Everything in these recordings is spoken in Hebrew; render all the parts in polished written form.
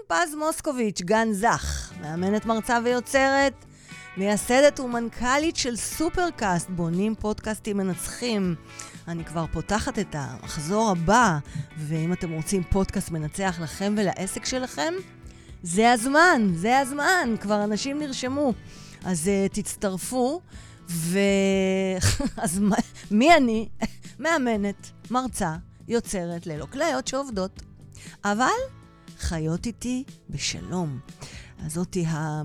פז מוסקוביץ', גן זך, מאמנת מרצה ויוצרת, מייסדת ומנכ"לית של סופרקאסט, בונים פודקאסטים מנצחים. אני כבר פותחת את המחזור הבא, ואם אתם רוצים פודקאסט מנצח לכם ולעסק שלכם, זה הזמן, כבר אנשים נרשמו. אז תצטרפו, אז מי אני? מאמנת, מרצה, יוצרת ללא כליות שעובדות. אבל חיות איתי בשלום. אז זאתי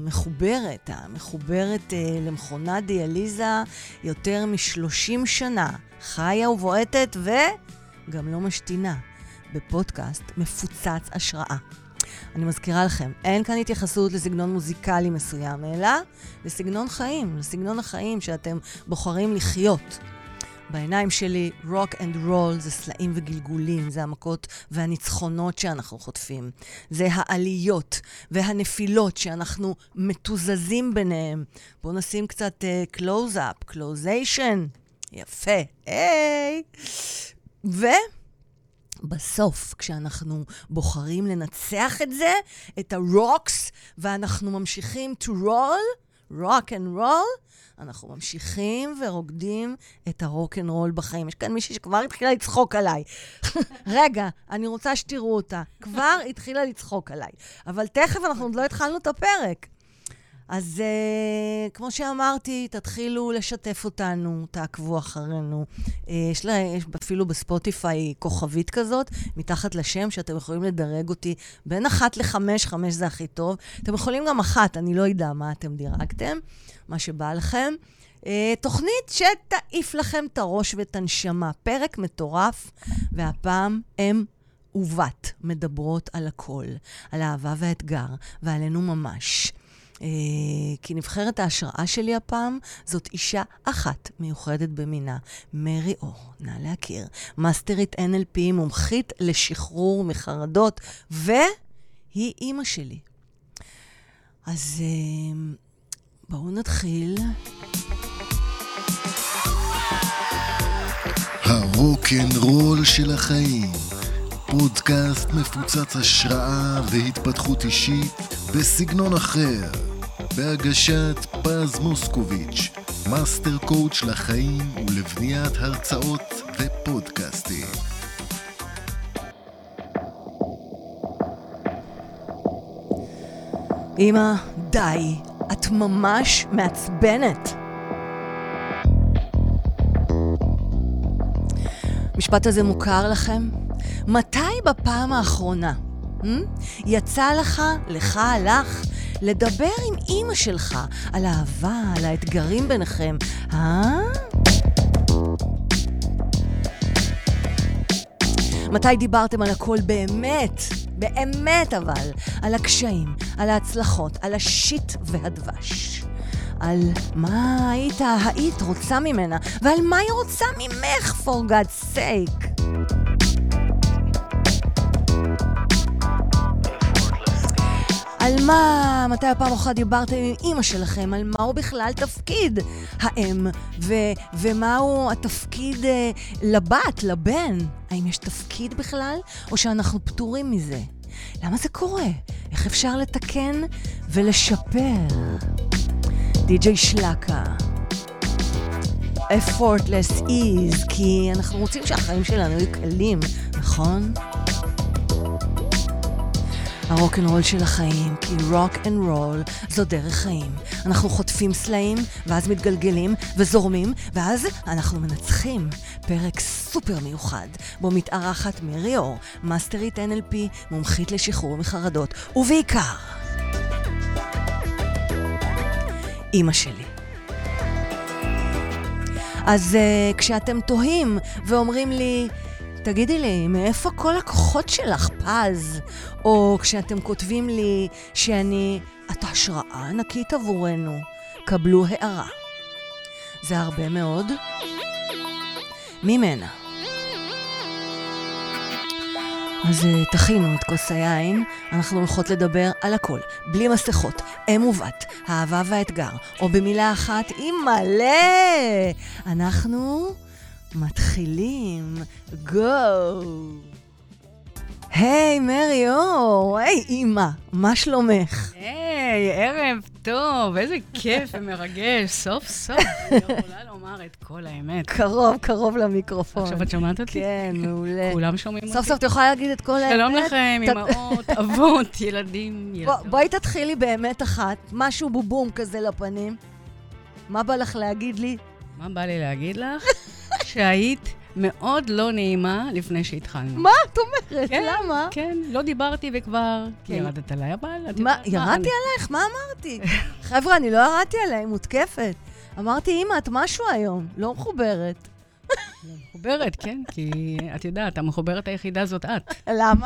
המחוברת למכונת דיאליזה יותר מ-30 שנה. חיה ובועטת וגם לא משתינה. בפודקאסט מפוצץ השראה. אני מזכירה לכם, אין כאן התייחסות לסגנון מוזיקלי מסוים, אלא לסגנון החיים שאתם בוחרים לחיות. בעיניים שלי, רוק אנד רול זה סלעים וגלגולים, זה המכות והניצחונות שאנחנו חוטפים. זה העליות והנפילות שאנחנו מתוזזים ביניהם. בואו נשים קצת close-up, closation. יפה, היי! בסוף, כשאנחנו בוחרים לנצח את זה, את הרוקס, ואנחנו ממשיכים to rock and roll, אנחנו ממשיכים ורוקדים את הרוק אנד רול בחיים. יש כאן מישהי שכבר התחילה לצחוק עליי. רגע, אני רוצה שתראו אותה. כבר התחילה לצחוק עליי. אבל תכף אנחנו עוד לא התחלנו את הפרק. אז כמו שאמרתי, תתחילו לשתף אותנו, תעקבו אחרינו. יש אפילו בספוטיפיי כוכבית כזאת, מתחת לשם, שאתם יכולים לדרג אותי בין 1 ל-5, 5 זה הכי טוב. אתם יכולים גם 1, אני לא יודע מה אתם דירגתם, מה שבא לכם. תוכנית שתעיף לכם את הראש ואת הנשמה. פרק מטורף, והפעם הם ובת מדברות על הכל, על האהבה והאתגר, ועלינו ממש. כי נבחרת ההשראה שלי הפעם, זאת אישה אחת מיוחדת במינה, מרי אור, נא להכיר, מאסטרית NLP, מומחית לשחרור מחרדות, והיא אימא שלי. אז בואו נתחיל. הרוק'נ'רול של החיים, פודקאסט מפוצץ השראה והתפתחות אישית בסגנון אחר, בהגשת פז מוסקוביץ', מאסטר קואוץ' לחיים ולבניית הרצאות ופודקאסטים. אמא, די, את ממש מעצבנת. המשפט הזה מוכר לכם? מתי בפעם האחרונה יצא לך, לדבר עם אמא שלך על האהבה, על האתגרים ביניכם? מתי דיברתם על הכל באמת אבל, על הקשיים, על ההצלחות, על השיט והדבש, על מה היית רוצה ממנה, ועל מה היא רוצה ממך, for God's sake. על מתי הפעם אחת דיברתם עם אמא שלכם, על מהו בכלל תפקיד האם, ומהו התפקיד לבת, לבן? האם יש תפקיד בכלל, או שאנחנו פטורים מזה? למה זה קורה? איך אפשר לתקן ולשפר? די.ג'יי שלקה. effortless ease, כי אנחנו רוצים שהחיים שלנו יהיו קלים, נכון? הרוק'נ'רול של החיים, כי רוק אנד רול זו דרך חיים. אנחנו חוטפים סלעים, ואז מתגלגלים וזורמים, ואז אנחנו מנצחים. פרק סופר מיוחד, בו מתארחת מרי אור, מאסטרית NLP, מומחית לשחרור מחרדות, ובעיקר אמא שלי. אז כשאתם תוהים ואומרים לי, תגידי לי, מאיפה כל הכוחות שלך, פז? או כשאתם כותבים לי את השראה ענקית עבורנו, קבלו הערה. זה הרבה מאוד ממנה. אז תכינו את כוס היין, אנחנו הולכות לדבר על הכל, בלי מסכות, אם ובת, האהבה והאתגר, או במילה אחת, מלא. אנחנו מתחילים. גו! היי, מרי אור, היי, אמא, מה שלומך? היי, ערב טוב, איזה כיף ומרגש, סוף סוף אני יכולה לומר את כל האמת. קרוב למיקרופון. עכשיו את שומעת אותי? כן, מעולה. כולם שומעים אותי? סוף סוף את יכולה להגיד את כל האמת. שלום לכם, אמהות, אבות, ילדים, ילדות. בואי תתחילי באמת אחת, משהו בובום כזה לפנים. מה בא לך להגיד לי? מה בא לי להגיד לך? שהיית מאוד לא נעימה לפני שהתחלנו. מה את אומרת? למה? כן, לא דיברתי וכבר ירדת עליי, אבל... מה, ירדתי עלייך? מה אמרתי? חבר'ה, אני לא ירדתי עליה, היא מותקפת. אמרתי, אמא, את משהו היום, לא מחוברת. מחוברת, כן, כי את יודעת, המחוברת היחידה זאת את. למה?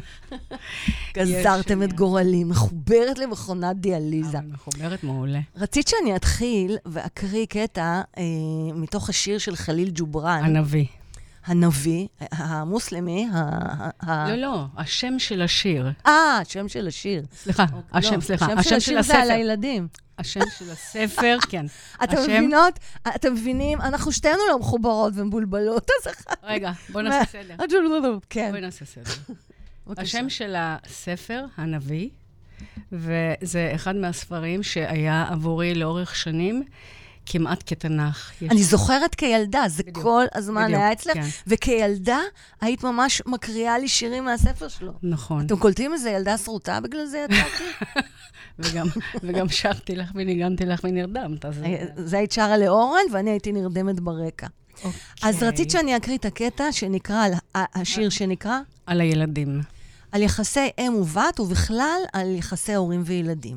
גזרתם את גורלי, מחוברת למכונת דיאליזה. מחוברת מעולה. רצית שאני אתחיל ואקריא קטע מתוך השיר של חליל ג'ובראן. הנביא. הנביא, המוסלמי, לא, השם של השיר. השם של השיר. סליחה, השם של השיר זה על הילדים. השם של הספר, כן. אתם מבינות? אתם מבינים? אנחנו שתינו לא מחוברות ומבולבלות, אז אחד. רגע, בוא נעשה סדר. כן. בואי נעשה סדר. השם של הספר, הנביא, וזה אחד מהספרים שהיה עבורי לאורך שנים, כמעט כתנ"ך. אני זוכרת כילדה, זה כל הזמן היה אצלך, וכילדה היית ממש מקריאה לי שירים מהספר שלו. נכון. אתם קולטים איזה ילדה שרוטה בגלל זה יצאתי? וגם שרתי לך וניגנתי לך ונרדמת. זה היית שרה לאורן, ואני הייתי נרדמת ברקע. אז רצית שאני אקריא את הקטע שנקרא, השיר שנקרא? על הילדים. על יחסי אם ובת, ובכלל על יחסי הורים וילדים.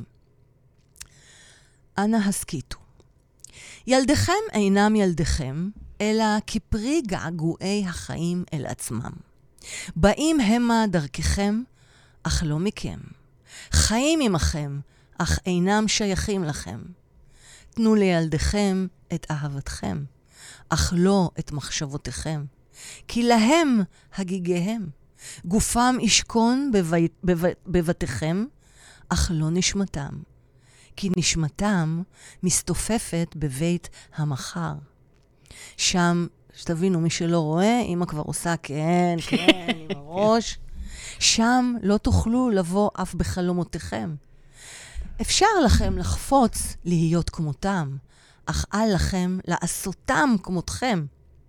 אנא הסכיתו. ילדיכם אינם ילדיכם, אלא כפרי געגועי החיים אל עצמם. באים המה דרככם, אך לא מכם. חיים עמכם, אך אינם שייכים לכם. תנו לילדיכם את אהבתכם, אך לא את מחשבותיכם. כי להם הגיגיהם. גופם ישכון בבתיכם, אך לא נשמתם. כי נשמתם מסתופפת בבית המחר. שם, שתבינו, מי שלא רואה, אמא כבר עושה כן, עם הראש. שם לא תוכלו לבוא אף בחלומותיכם. אפשר לכם לחפוץ להיות כמותם, אך אל לכם לעשותם כמותכם.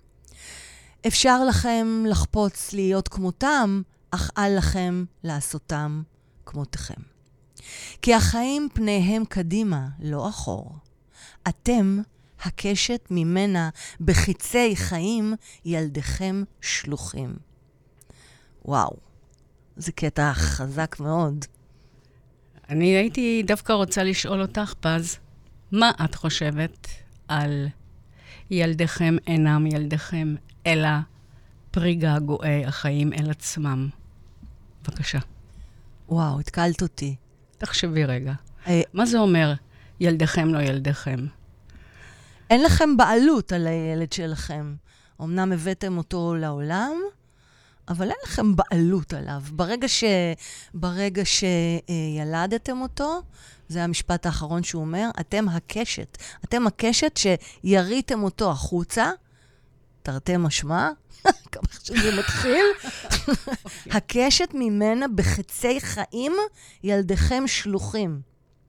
אפשר לכם לחפוץ להיות כמותם, אך אל לכם לעשותם כמותכם. כי החיים פניהם קדימה, לא אחור. אתם, הקשת ממנה, בחיצי חיים, ילדיכם שלוחים. וואו, זה קטע חזק מאוד. אני הייתי דווקא רוצה לשאול אותך, פז, מה את חושבת על ילדיכם אינם ילדיכם, אלא פרי געגועי החיים אל עצמם? בבקשה. וואו, התקלת אותי. תחשבי רגע. מה זה אומר, ילדיכם לא ילדיכם? אין לכם בעלות על הילד שלכם. אמנם הבאתם אותו לעולם, אבל אין לכם בעלות עליו. ברגע שילדתם אותו, זה המשפט האחרון שהוא אומר, אתם הקשת. אתם הקשת שיריתם אותו החוצה, תרתי משמע, כמה שזה מתחיל, הקשת ממנה בחצי חיים, ילדיכם שלוחים.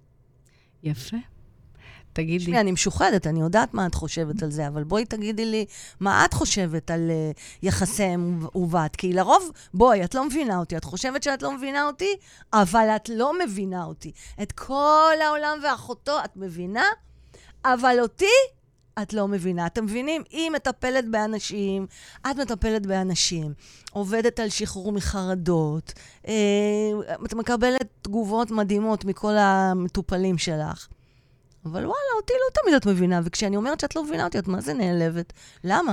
יפה. תגידי. שמי, אני משוחדת, אני יודעת מה את חושבת על זה, אבל בואי תגידי לי מה את חושבת על יחסי אם ובת. כי לרוב, בואי, את לא מבינה אותי. את חושבת שאת לא מבינה אותי, אבל את לא מבינה אותי. את כל העולם ואחותו את מבינה, אבל אותי את לא מבינה. אתם מבינים? היא מטפלת באנשים, את מטפלת באנשים, עובדת על שחרור מחרדות, את מקבלת תגובות מדהימות מכל המטופלים שלך. אבל וואלה, אותי לא תמיד את מבינה, וכשאני אומרת שאת לא מבינה אותי, את מה זה נעלבת? למה?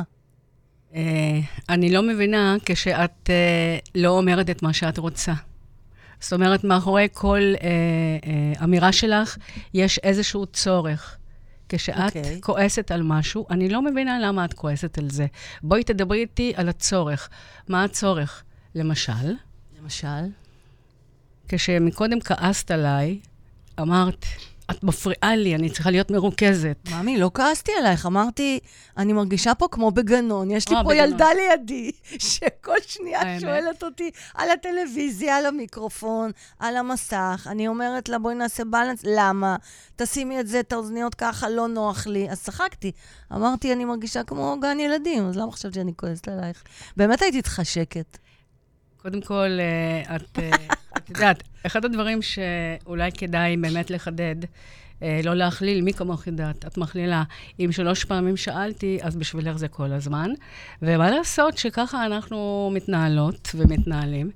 אני לא מבינה כשאת לא אומרת את מה שאת רוצה. זאת אומרת, מאחורי כל אמירה שלך, יש איזשהו צורך. כשאת כועסת על משהו, אני לא מבינה למה את כועסת על זה. בואי תדברי איתי על הצורך. מה הצורך? למשל? למשל? כשמקודם כעסת עליי, אמרת, את מפריעה לי, אני צריכה להיות מרוכזת. ממי, לא כעסתי עלייך, אמרתי, אני מרגישה פה כמו בגנון, יש לי פה בגנון. ילדה לידי, שכל שנייה שואלת אותי על הטלוויזיה, על המיקרופון, על המסך, אני אומרת לה, בואי נעשה בלנס, למה? תשימי את זה, את האוזניות ככה, לא נוח לי. אז צחקתי, אמרתי, אני מרגישה כמו גן ילדים, אז למה חשבתי שאני כועסת עלייך? באמת הייתי צריכה שקט. קודם כל, את יודעת, אחד הדברים שאולי כדאי באמת לחדד, לא להכליל, מי כמוך יודעת, את מכלילה. אם 3 פעמים שאלתי, אז בשבילך זה כל הזמן. ומה לעשות שככה אנחנו מתנהלות ומתנהלים.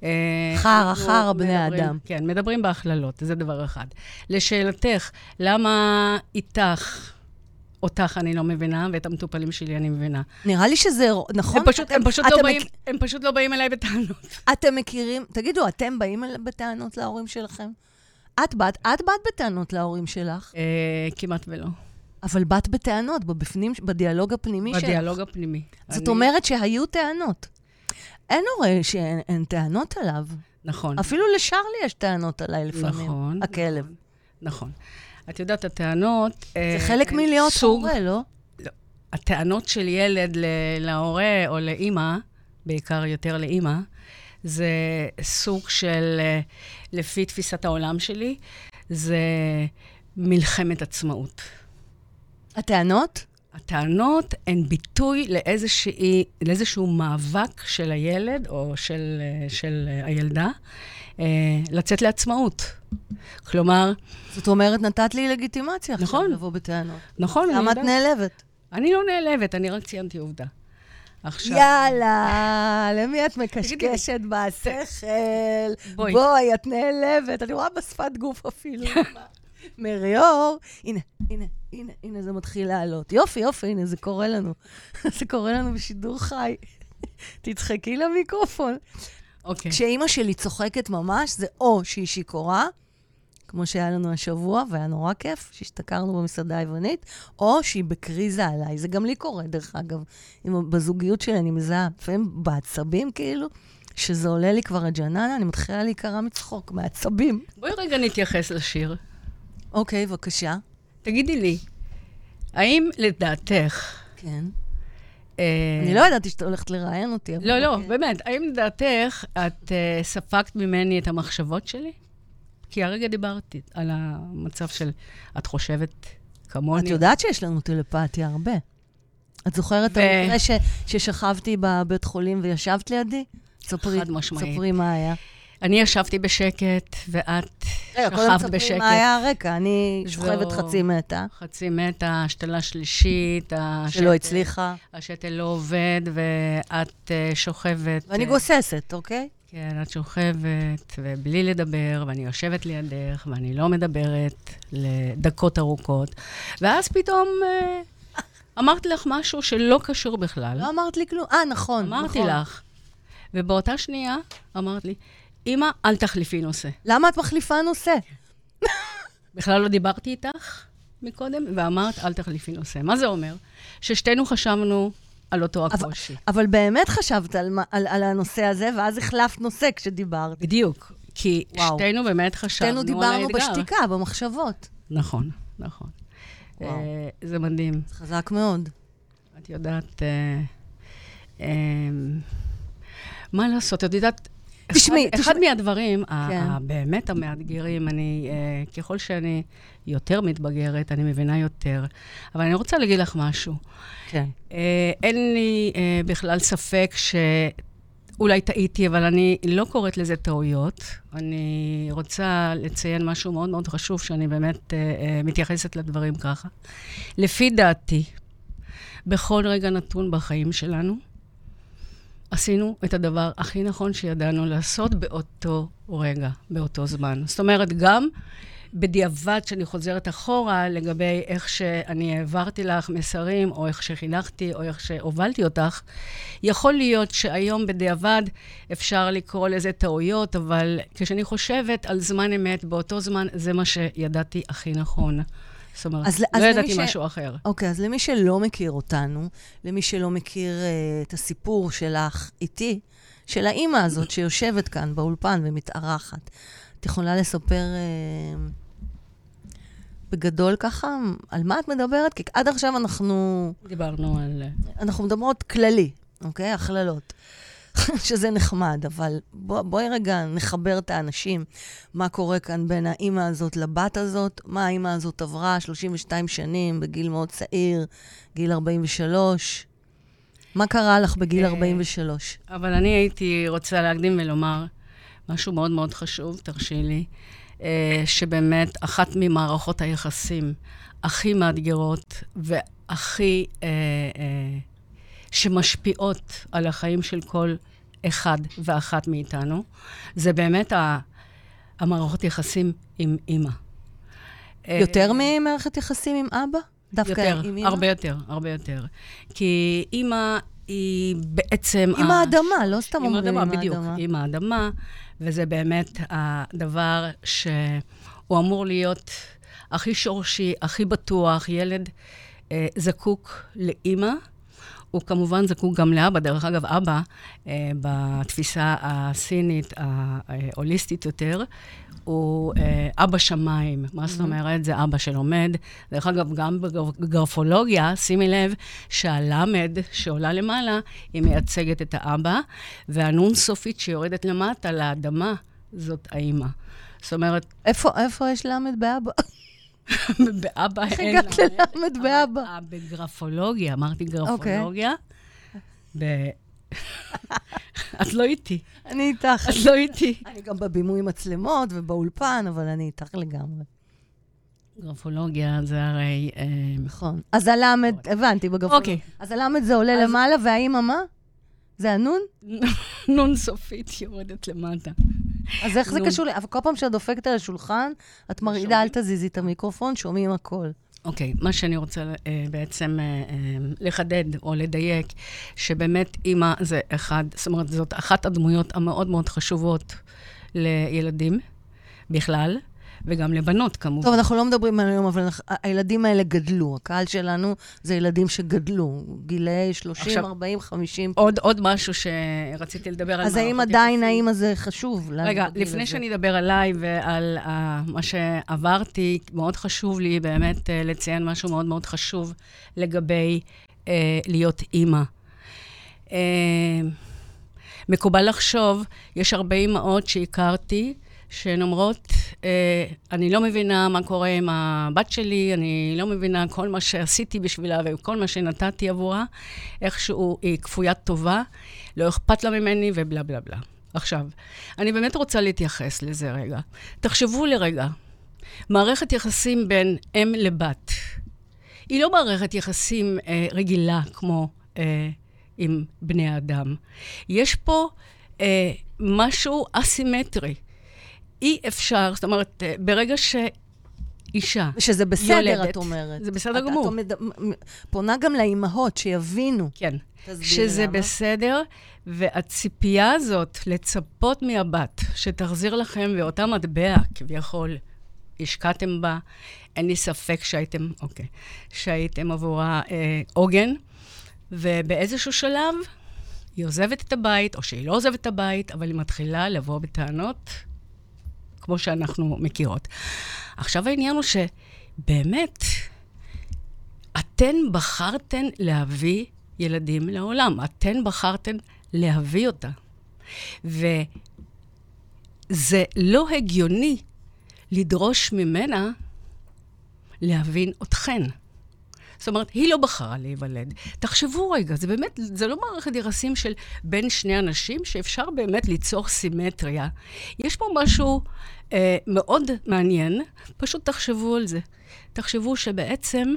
חר בני אדם. כן, מדברים בהכללות, זה דבר אחד. לשאלתך, למה אותך אני לא מבינה, ואת המטופלים שלי אני מבינה. נראה לי שזה נכון. הם פשוט לא באים אליי בטענות. אתם מכירים, תגידו, אתם באים בטענות להורים שלכם? את באת בטענות להורים שלך? כמעט ולא. אבל באת בטענות, בדיאלוג הפנימי שלך. בדיאלוג הפנימי. זאת אומרת שהיו טענות. אין הורה שאין טענות עליו. נכון. אפילו לשרלי יש טענות עליי לפעמים. נכון. הכלב. נכון. את יודעת, הטענות... זה חלק מלהיות הורה, לא? לא. הטענות של ילד להורה או לאמא, בעיקר יותר לאמא, זה סוג של, לפי תפיסת העולם שלי, זה מלחמת עצמאות. הטענות? הטענות הן ביטוי לאיזשהו מאבק של הילד או של הילדה, לצאת לעצמאות. כלומר... זאת אומרת, נתת לי לגיטימציה עכשיו לבוא בטענות. נכון, למה את נעלבת? אני לא נעלבת, אני רק ציינתי עובדה. עכשיו... יאללה, למי את מקשקשת בשכל? בואי, את נעלבת. אני רואה בשפת גוף אפילו. מריאור, הנה, זה מתחיל לעלות. יופי, הנה, זה קורה לנו. זה קורה לנו בשידור חי. תצחקי למיקרופון. אוקיי. כשאימא שלי צוחקת ממש, זה או שהיא שיכורה, כמו שהיה לנו השבוע, והיה נורא כיף, שהשתכרנו במסעדה היוונית, או שהיא בקריזה עליי. זה גם לי קורה, דרך אגב. בזוגיות שלי אני מזהה, לפעמים בעצבים כאילו, שזה עולה לי כבר הג'ננה, אני מתחילה להיקרא מצחוק, מעצבים. בואי רגע נתייחס לשיר. אוקיי, בבקשה. תגידי לי, האם לדעתך... כן. אני לא ידעתי שאתה הולכת לראיין אותי. לא, באמת. האם לדעתך את ספגת ממני את המחשבות שלי? כי הרגע דיברתי על המצב של את חושבת כמוני. את יודעת שיש לנו טלפתיה הרבה. את זוכרת המקרה ששכבתי בבית חולים וישבת לידי? ספרי מה היה. אני ישבתי בשקט, ואת שכבת בשקט. מה היה הרקע? אני שוכבת חצי מתה. חצי מתה, השתלה שלישית. שלא הצליחה. השתל לא עובד, ואת שוכבת. ואני גוססת, אוקיי? כן, את שוכבת, ובלי לדבר, ואני יושבת לידך, ואני לא מדברת לדקות ארוכות. ואז פתאום אמרתי לך משהו שלא קשור בכלל. לא אמרת לי כלום. נכון. אמרתי לך. ובאותה שנייה אמרת לי, אמא, אל תחליפי נושא. למה את מחליפה נושא? בכלל לא דיברתי איתך מקודם, ואמרת, אל תחליפי נושא. מה זה אומר? ששתינו חשבנו על אותו הקושי. אבל באמת חשבת על הנושא הזה, ואז החלפת נושא כשדיברת. בדיוק. כי שתינו באמת חשבנו על האתגר. שתינו דיברנו בשתיקה, במחשבות. נכון. זה מדהים. זה חזק מאוד. את יודעת, מה לעשות? את יודעת, אחד מהדברים, באמת המאתגרים, ככל שאני יותר מתבגרת, אני מבינה יותר. אבל אני רוצה להגיד לך משהו. כן. אין לי בכלל ספק שאולי טעיתי, אבל אני לא קוראת לזה טעויות. אני רוצה לציין משהו מאוד מאוד חשוב, שאני באמת מתייחסת לדברים ככה. לפי דעתי, בכל רגע נתון בחיים שלנו, עשינו את הדבר הכי נכון שידענו לעשות באותו רגע, באותו זמן. זאת אומרת, גם בדיעבד שאני חוזרת אחורה לגבי איך שאני העברתי לך מסרים, או איך שחינכתי, או איך שהובלתי אותך, יכול להיות שהיום בדיעבד אפשר לקרוא לזה טעויות, אבל כשאני חושבת על זמן אמת, באותו זמן זה מה שידעתי הכי נכון. זאת אומרת, לא ידעתי משהו אחר. אוקיי, אז למי שלא מכיר אותנו, למי שלא מכיר את הסיפור שלך איתי, של האמא הזאת שיושבת כאן באולפן ומתארחת, את יכולה לספר בגדול ככה, על מה את מדברת? כי עד עכשיו דיברנו על... אנחנו מדברות כללי, אוקיי? הכללות. שזה נחמד, אבל בואי רגע נחבר את האנשים. מה קורה כאן בין האמא הזאת לבת הזאת? מה האמא הזאת עברה? 32 שנים, בגיל מאוד צעיר, גיל 43. מה קרה לך בגיל 43? אבל אני הייתי רוצה להקדים ולומר משהו מאוד מאוד חשוב, תרשי לי, שבאמת אחת ממערכות היחסים הכי מאתגרות והכי שמשפיעות על החיים של כל אחד ואחת מאיתנו, זה באמת המערכות יחסים עם אמא. יותר ממערכת יחסים עם אבא? דווקא יותר, עם אמא? הרבה יותר. כי אמא היא בעצם... עם האדמה, לא סתם אומרים עם האדמה. בדיוק, עם האדמה, וזה באמת הדבר שהוא אמור להיות הכי שורשי, הכי בטוח. ילד זקוק לאמא, הוא כמובן זקוק גם לאבא. דרך אגב, אבא, בתפיסה הסינית, ההוליסטית יותר, הוא אבא שמיים. מה זאת אומרת? זה אבא שלומד. דרך אגב, גם בגרפולוגיה, שימי לב שהלמד שעולה למעלה, היא מייצגת את האבא, והנון סופית שיורדת למטה לאדמה, זאת האמא. זאת אומרת... איפה יש למד באבא? באבא אין. איך הגעת ללמד באבא? בגרפולוגיה, אמרתי גרפולוגיה. את לא איתי. אני איתך. את לא איתי. אני גם בבימוי מצלמות ובאולפן, אבל אני איתך לגמרי. גרפולוגיה זה הרי... נכון. אז הלמד, הבנתי בגרפולוגיה. אוקיי. אז הלמד זה עולה למעלה, והאמא מה? זה הנון? נון סופית יורדת למטה. אז איך זה קשור לי? אבל כל פעם שאת דופקת על השולחן, את מרעידה, אל תזיזי את המיקרופון, שומעים הכל. אוקיי, מה שאני רוצה בעצם לחדד או לדייק, שבאמת אמא זה זאת אומרת, זאת אחת הדמויות המאוד מאוד חשובות לילדים בכלל, וגם לבנות כמובן. טוב, אנחנו לא מדברים היום, אבל הילדים האלה גדלו. הקהל שלנו זה ילדים שגדלו. גילאי 30, 40, 50. עוד משהו שרציתי לדבר על... אז האם עדיין האמא זה חשוב? רגע, לפני שאני אדבר עליי ועל מה שעברתי, מאוד חשוב לי באמת לציין משהו מאוד מאוד חשוב לגבי להיות אמא. מקובל לחשוב, יש הרבה אמאות שהכרתי, שהן אומרות, אני לא מבינה מה קורה עם הבת שלי, אני לא מבינה כל מה שעשיתי בשבילה וכל מה שנתתי עבורה, איכשהו היא כפוית טובה, לא אכפת לה ממני ובלה בלה בלה. עכשיו, אני באמת רוצה להתייחס לזה רגע. תחשבו לרגע, מערכת יחסים בין אם לבת, היא לא מערכת יחסים רגילה כמו עם בני האדם. יש פה משהו אסימטרי. אי אפשר, זאת אומרת, ברגע שאישה שזה בסדר, יולדת, את אומרת. זה בסדר גמור. את פונה גם לאימהות שיבינו. כן. תסבירי שזה למה. בסדר, והציפייה הזאת לצפות מהבת, שתחזיר לכם ואותה מטבע, כביכול, השקעתם בה, אין לי ספק שהייתם עבורה עוגן, ובאיזשהו שלב היא עוזבת את הבית, או שהיא לא עוזבת את הבית, אבל היא מתחילה לבוא בטענות, כמו שאנחנו מכירות. עכשיו העניין הוא שבאמת, אתן בחרתן להביא ילדים לעולם. אתן בחרתן להביא אותה. וזה לא הגיוני לדרוש ממנה להבין אתכן. זאת אומרת, היא לא בחרה להיוולד. תחשבו רגע, זה באמת, זה לא מערכת יחסים של בין שני אנשים, שאפשר באמת ליצור סימטריה. יש פה משהו מאוד מעניין, פשוט תחשבו על זה. תחשבו שבעצם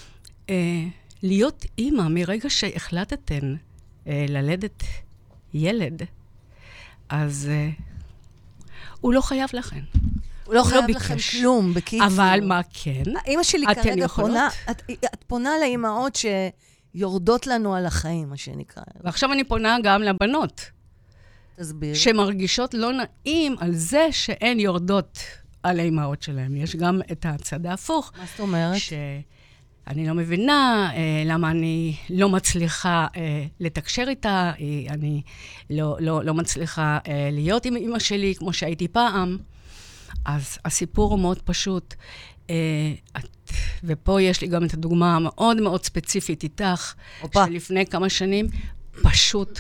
להיות אימא מרגע שהחלטתן ללדת ילד, אז הוא לא חייב לכן. הוא לא חייב לכם כלום, בקיצור. אבל מה כן? אמא שלי כרגע פונה, את פונה לאמהות שיורדות לנו על החיים, מה שנקרא. ועכשיו אני פונה גם לבנות. תסביר. שמרגישות לא נעים על זה שהן יורדות על האמהות שלהן. יש גם את הצד ההפוך. מה זאת אומרת? שאני לא מבינה למה אני לא מצליחה לתקשר איתה, אני לא מצליחה להיות עם אמא שלי כמו שהייתי פעם. אז הסיפור הוא מאוד פשוט. ופה יש לי גם את הדוגמה המאוד מאוד ספציפית איתך, שלפני כמה שנים פשוט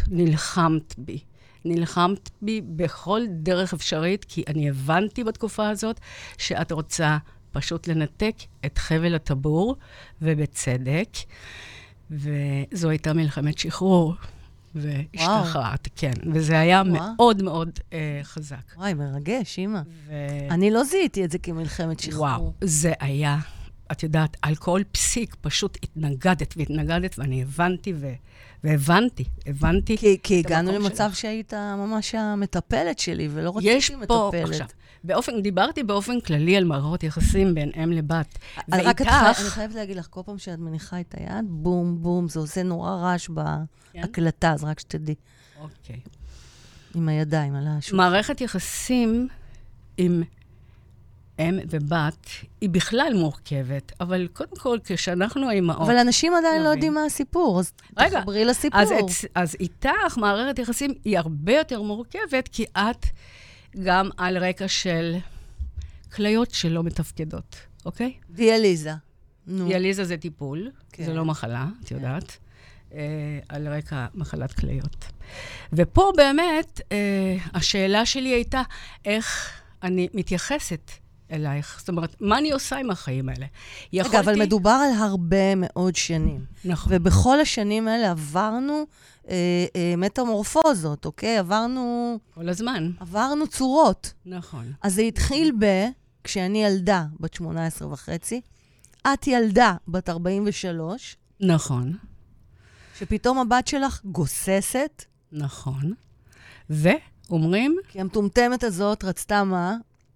נלחמת בי בכל דרך אפשרית, כי אני הבנתי בתקופה הזאת שאת רוצה פשוט לנתק את חבל הטבור, ובצדק, וזו הייתה מלחמת שחרור, והשתחררת, כן. וזה היה מאוד מאוד חזק. וואי, מרגש, אמא. אני לא זיהיתי את זה כמלחמת שחרור. וואו, זה היה, את יודעת, על כל פסיק פשוט התנגדת, ואני הבנתי. כי הגענו למצב שהיית ממש המטפלת שלי, ולא רציתי מטפלת. עכשיו, דיברתי באופן כללי על מערכות יחסים בין אם לבת. ואיתך... אני חייבת להגיד לך, כל פעם שאת מניחה את היד, בום, בום, זה עושה נורא רעש בהקלטה, אז רק שתדעי. אוקיי. עם הידיים, על השוק. מערכת יחסים עם אם ובת היא בכלל מורכבת, אבל קודם כל, כשאנחנו האימהות... אבל אנשים עדיין לא יודעים מה הסיפור, אז תחברי לסיפור. אז איתך, מערכת יחסים היא הרבה יותר מורכבת, כי את גם על רקע של כליות שלא מתפקדות, אוקיי? דיאליזה. דיאליזה זה טיפול, זה לא מחלה, את יודעת, על רקע מחלת כליות. ופה באמת, השאלה שלי הייתה, איך אני מתייחסת אלייך. זאת אומרת, מה אני עושה עם החיים האלה? רגע, אבל מדובר על הרבה מאוד שנים. נכון. ובכל השנים האלה עברנו מטמורפוזות, אוקיי? עברנו... כל הזמן. עברנו צורות. נכון. אז זה התחיל כשאני ילדה, בת 18 וחצי, את ילדה, בת 43. נכון. שפתאום הבת שלך גוססת. נכון. ואומרים... כי המטומטמת הזאת רצתה מה?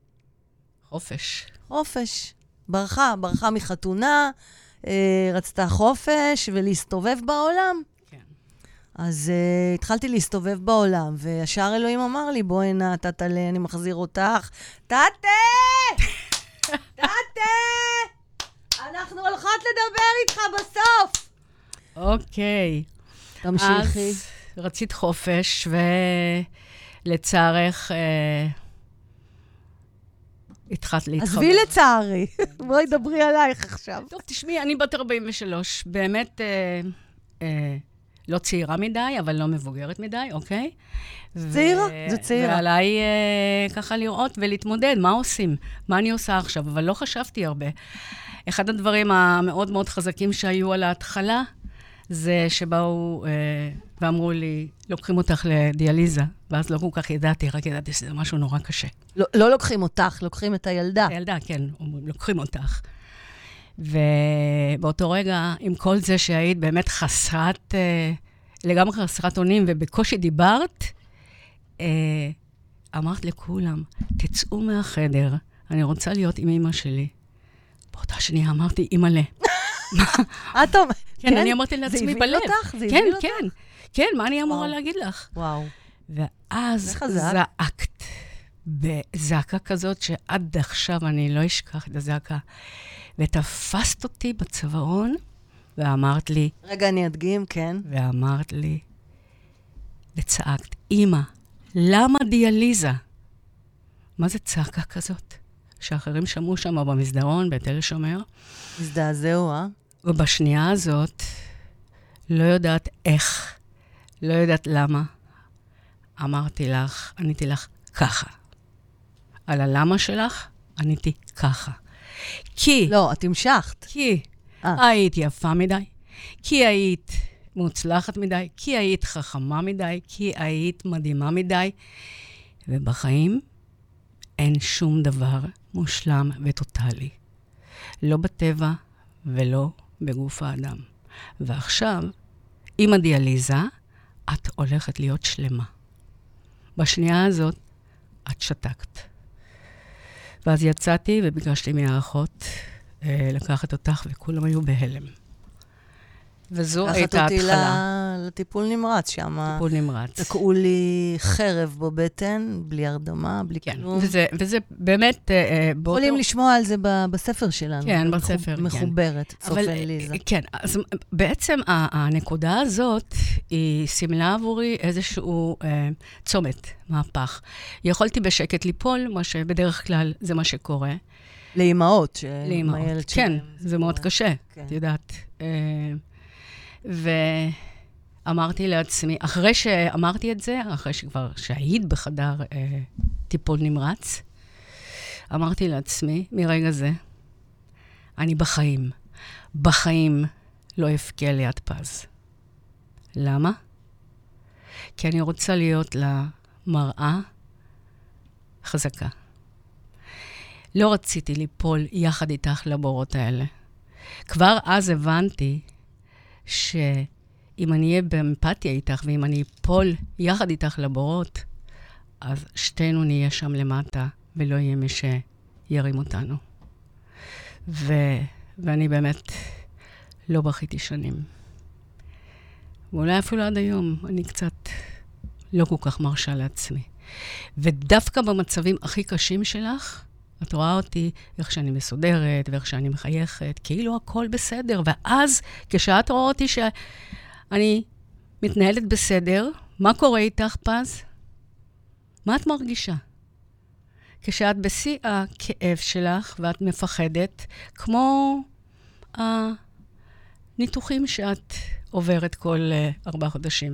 חופש. ברחה מחתונה, רצתה חופש ולהסתובב בעולם. כן. אז התחלתי להסתובב בעולם, וישר אלוהים אמר לי, בואי הנה, תתלה, אני מחזיר אותך. תתה! אנחנו הולכות לדבר איתך בסוף! אוקיי. תמשיכי. אז רצית חופש, ולצערך... התחלת להתחבר. עזבי לצערי. בואי דברי עלייך עכשיו. טוב, תשמעי, אני בת 43, באמת לא צעירה מדי, אבל לא מבוגרת מדי, אוקיי? צעירה? זה צעירה. ועליי ככה לראות ולהתמודד, מה עושים? מה אני עושה עכשיו? אבל לא חשבתי הרבה. אחד הדברים המאוד מאוד חזקים שהיו על ההתחלה, זה שבאו ואמרו לי, לוקחים אותך לדיאליזה, ואז לא כל כך ידעתי, רק ידעתי שזה משהו נורא קשה. לא לוקחים אותך, לוקחים את הילדה. הילדה, כן, לוקחים אותך. ובאותו רגע, עם כל זה שהיית באמת לגמרי חסרת אונים, ובקושי דיברת, אמרת לכולם, תצאו מהחדר, אני רוצה להיות עם אמא שלי. באותה שנייה אמרתי, אמא'לה. את אומרת, כן, אני אמרתי לעצמי בלב. זה הביא אותך? כן, מה אני אמורה להגיד לך? וואו. ואז זעקת בזעקה כזאת שעד עכשיו אני לא אשכח את הזעקה. ותפסת אותי בצווארון ואמרת לי... רגע, אני אדגים, כן. ואמרת לי, וצעקת, אמא, למה דיאליזה? מה זה צעקה כזאת? שאחרים שמעו שם במסדרון, בתל השומר. הזדעזעו, ובשנייה הזאת, לא יודעת איך, לא יודעת למה, עניתי לך ככה. על הלמה שלך, עניתי ככה. כי... לא, את המשכת. כי היית יפה מדי, כי היית מוצלחת מדי, כי היית חכמה מדי, כי היית מדהימה מדי, ובחיים אין שום דבר מושלם וטוטלי. לא בטבע ולא בגוף האדם. ועכשיו, עם הדיאליזה, את הולכת להיות שלמה. בשנייה הזאת, את שתקת. ואז יצאתי וביקשתי מהאחות לקחת אותך, וכולם היו בהלם. וזו הייתה התחלה. לקחת אותי לטיפול נמרץ שם. טיפול נמרץ. תקעו לי חרב בבטן, בלי הרדמה, בלי כלום. וזה באמת... יכולים לשמוע על זה בספר שלנו. כן, בספר, כן. מחוברת, צופן ליזה. כן, אז בעצם הנקודה הזאת, היא סימלה עבורי איזשהו צומת, מהפך. יכולתי בשקט ליפול, מה שבדרך כלל זה מה שקורה. לאמהות, לאמהות, כן, זה מאוד קשה, את יודעת. ואמרתי לעצמי, אחרי שאמרתי את זה, אחרי שכבר שהיית בחדר טיפול נמרץ, אמרתי לעצמי, מרגע זה, אני בחיים לא אפקע ליד פז. למה? כי אני רוצה להיות לה מראה חזקה. לא רציתי ליפול יחד איתך לבורות האלה. כבר אז הבנתי שאם אני אהיה באמפתיה איתך, ואם אני אפול יחד איתך לבורות, אז שתינו נהיה שם למטה, ולא יהיה מי שירים אותנו. ואני באמת לא בכיתי שנים. ואולי אפילו עד היום אני קצת לא כל כך מרשה לעצמי. ודווקא במצבים הכי קשים שלך, את רואה אותי איך שאני מסודרת, ואיך שאני מחייכת, כאילו הכל בסדר. ואז, כשאת רואה אותי שאני מתנהלת בסדר, מה קורה איתך, פז? מה את מרגישה? כשאת בשיא הכאב שלך, ואת מפחדת, כמו הניתוחים שאת עוברת כל 4 חודשים.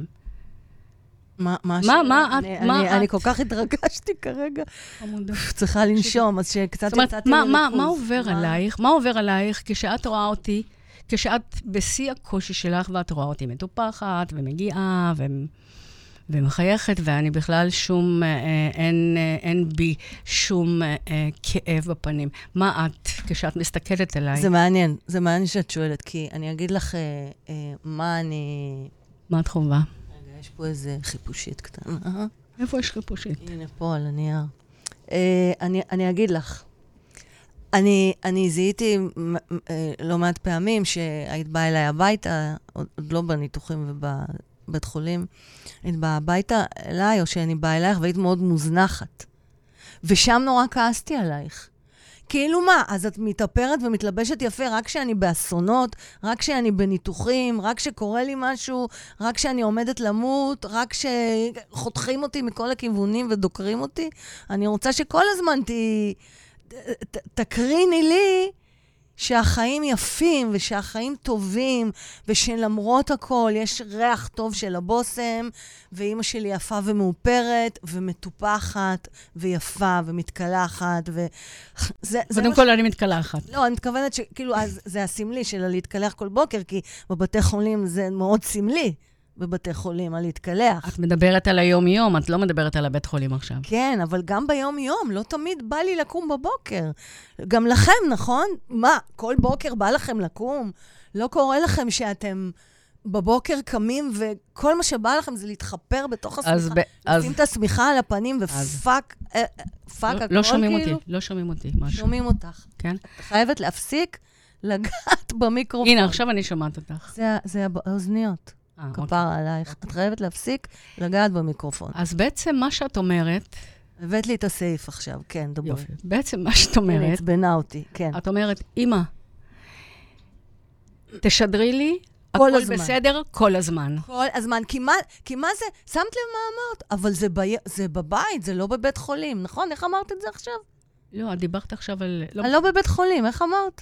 אני כל כך התרגשתי כרגע. צריכה לנשום, אז שקצת יצאתי מריכוז. מה עובר עלייך כשאת רואה אותי, כשאת בשיא הקושי שלך, ואת רואה אותי מטופחת ומגיעה ומחייכת, ואני בכלל אין בי שום כאב בפנים. מה את, כשאת מסתכלת עליי? זה מעניין שאת שואלת, כי אני אגיד לך מה את חובה? יש פה איזה חיפושית קטנה. איפה יש חיפושית? הנה, פה על הנייר. אני אגיד לך. אני זיהיתי לא מעט פעמים שהיית באה אליי הביתה, עוד לא בניתוחים ובבית חולים, היית באה הביתה אליי, או שאני באה אלייך, והיית מאוד מוזנחת. ושם נורא כעסתי עלייך. כאילו מה? אז את מתאפרת ומתלבשת יפה רק כשאני באסונות, רק כשאני בניתוחים, רק כשקורה לי משהו, רק כשאני עומדת למות, רק כשחותכים אותי מכל הכיוונים ודוקרים אותי. אני רוצה שכל הזמן תקריני לי שהחיים יפים ושהחיים טובים, ושלמרות הכל יש ריח טוב של הבוסם, ואימא שלי יפה ומאופרת, ומטופחת, ויפה, ומתקלחת, קודם כל אני מתקלחת. לא, אני מתכוונת שכאילו, זה הסמלי של להתקלח כל בוקר, כי בבתי חולים זה מאוד סמלי. בבתי חולים, על להתקלח. את מדברת על היום-יום, את לא מדברת על הבית חולים עכשיו. כן, אבל גם ביום-יום, לא תמיד בא לי לקום בבוקר. גם לכם, נכון? מה, כל בוקר בא לכם לקום? לא קורה לכם שאתם בבוקר קמים, וכל מה שבא לכם זה להתחפר בתוך השמיכה. לשים את השמיכה על הפנים, ופאק הכל כאילו. לא שומעים אותי. שומעים אותך. כן? את חייבת להפסיק לגעת במיקרופון. הנה, עכשיו אני שומעת אותך. זה האוזניות. כפר עלייך. את חייבת להפסיק לגעת במיקרופון. אז בעצם מה שאת אומרת... הבאת לי את הסעיף עכשיו, כן, דברי. יופי. בעצם מה שאת אומרת... הצבנה אותי, כן. את אומרת, אמא, תשדרי לי, הכל בסדר כל הזמן. כל הזמן. כי מה זה? שמת לב מה אמרת? אבל זה בבית, זה לא בבית חולים, נכון? איך אמרת את זה עכשיו? לא, את דיברת עכשיו על... לא בבית חולים, איך אמרת?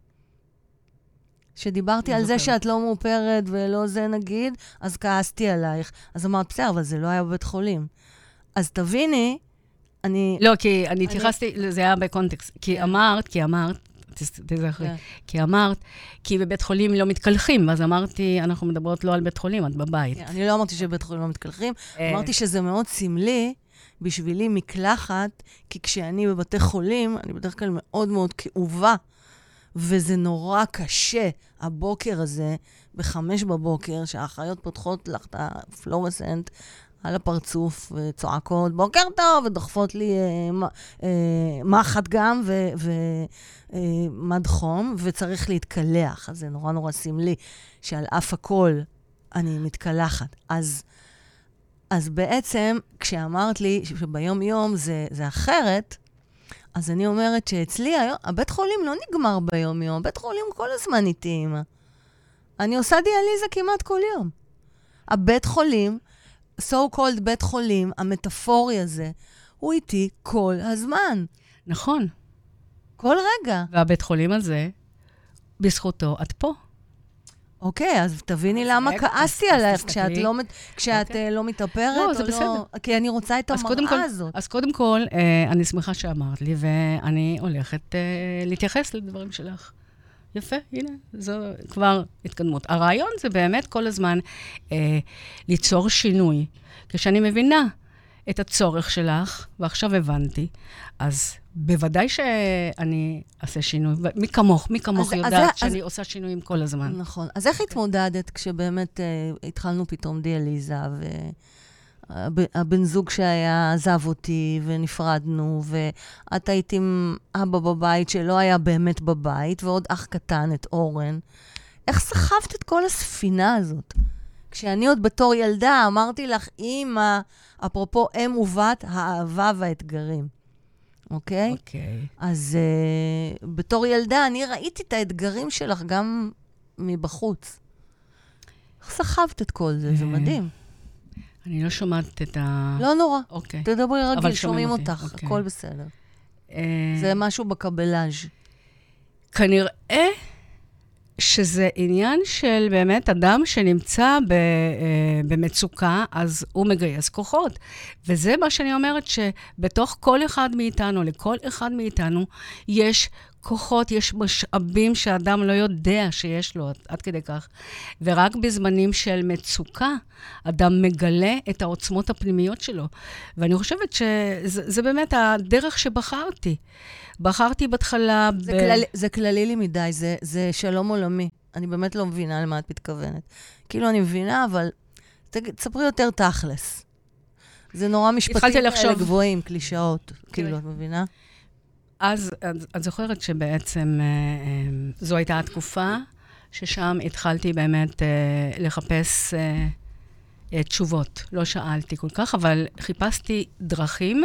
שדיברתי על זה שאת לא מאופרת ולא זה נגיד, אז כעסתי עלייך. אז אמרת, בסדר, אבל זה לא היה בבית חולים. אז תביני, לא, כי אני התייחסתי, זה היה בקונטקסט. כי אמרת, תזכרי, כי אמרת, כי בבית חולים לא מתקלחים, ואז אמרתי, אנחנו מדברות לא על בית חולים, את בבית. אני לא אמרתי שבבית חולים לא מתקלחים, אמרתי שזה מאוד סמלי, בשבילי מקלחת, כי כשאני בבתי חולים, אני בדרך כלל מאוד מאוד כאובה, וזה נורא קשה, הבוקר הזה, ב5 בבוקר, שהאחיות פותחות לך את הפלורסנט, על הפרצוף, וצועקות, בוקר טוב, ודוחפות לי מחט גם, ומד חום, וצריך להתקלח. אז זה נורא נורא סמלי, שעל אף הכל אני מתקלחת. אז בעצם, כשאמרת לי שביום יום זה אחרת, אז אני אומרת שאצלי היום, הבית חולים לא נגמר ביום יום, הבית חולים כל הזמן איתי, אמא. אני עושה דיאליזה כמעט כל יום. הבית חולים, so called בית חולים, המטאפורי הזה, הוא איתי כל הזמן. נכון. כל רגע. והבית חולים הזה, בזכותו, את פה. אוקיי, אז תביני למה כעסתי עלייך כשאת לא מתאפרת. לא, זה בסדר. כי אני רוצה את המראה הזאת. אז קודם כל, אני שמחה שאמרת לי, ואני הולכת להתייחס לדברים שלך. יפה, הנה, זו כבר התקדמות. הרעיון זה באמת כל הזמן ליצור שינוי. כשאני מבינה את הצורך שלך, ועכשיו הבנתי, אז בוודאי שאני אעשה שינוי. מי כמוך יודעת שאני עושה שינויים כל הזמן. נכון. אז איך התמודדת כשבאמת התחלנו פתאום דיאליזה, והבן זוג שהיה עזב אותי, ונפרדנו, ואת היית עם אבא בבית שלא היה באמת בבית, ועוד אח קטן, את אורן. איך סחבת את כל הספינה הזאת? כשאני עוד בתור ילדה אמרתי לך, אמא, אפרופו אם ובת, האהבה והאתגרים. אוקיי? אוקיי. אז בתור ילדה אני ראיתי את האתגרים שלך גם מבחוץ. איך סחבת את כל זה? זה מדהים. אני לא שומעת את ה... לא נורא. אוקיי. תדברי רגיל, שומעים אותך, הכל בסדר. זה משהו בקבלאז'. כנראה שזה עניין של באמת אדם שנמצא במצוקה, אז הוא מגייס כוחות. וזה מה שאני אומרת, שבתוך כל אחד מאיתנו, לכל אחד מאיתנו, יש כוחות, יש משאבים שהאדם לא יודע שיש לו, עד כדי כך. ורק בזמנים של מצוקה, אדם מגלה את העוצמות הפנימיות שלו. ואני חושבת שזה באמת הדרך שבחרתי. בחרתי בהתחלה... זה כללי לי מדי, זה שלום עולמי. אני באמת לא מבינה למה את מתכוונת. כאילו אני מבינה, אבל תספרי יותר תכלס. זה נורא משפטים כאלה גבוהים, קלישאות. כאילו, את מבינה? אז את זוכרת שבעצם זו הייתה התקופה ששם התחלתי באמת לחפש תשובות. לא שאלתי כל כך, אבל חיפשתי דרכים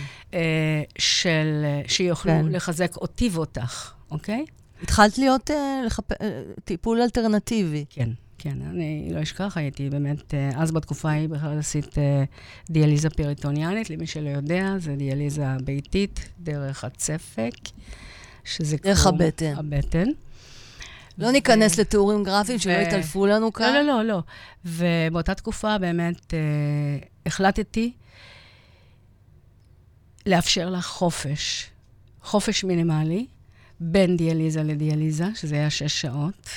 שיוכלו לחזק אותי ואותך, אוקיי? התחלת להיות טיפול אלטרנטיבי. כן, כן. אני לא אשכח, הייתי באמת, אז בתקופה היא בכלל עשית דיאליזה פריטוניאנית, למי שלא יודע, זה דיאליזה ביתית, דרך הצפק, שזה דרך הבטן. הבטן. לא ניכנס לתיאורים גרפיים שלא יתעלפו לנו כאן. לא, לא, לא. ובאותה תקופה באמת החלטתי לאפשר לך חופש מינימלי, בין דיאליזה לדיאליזה, שזה היה 6 שעות,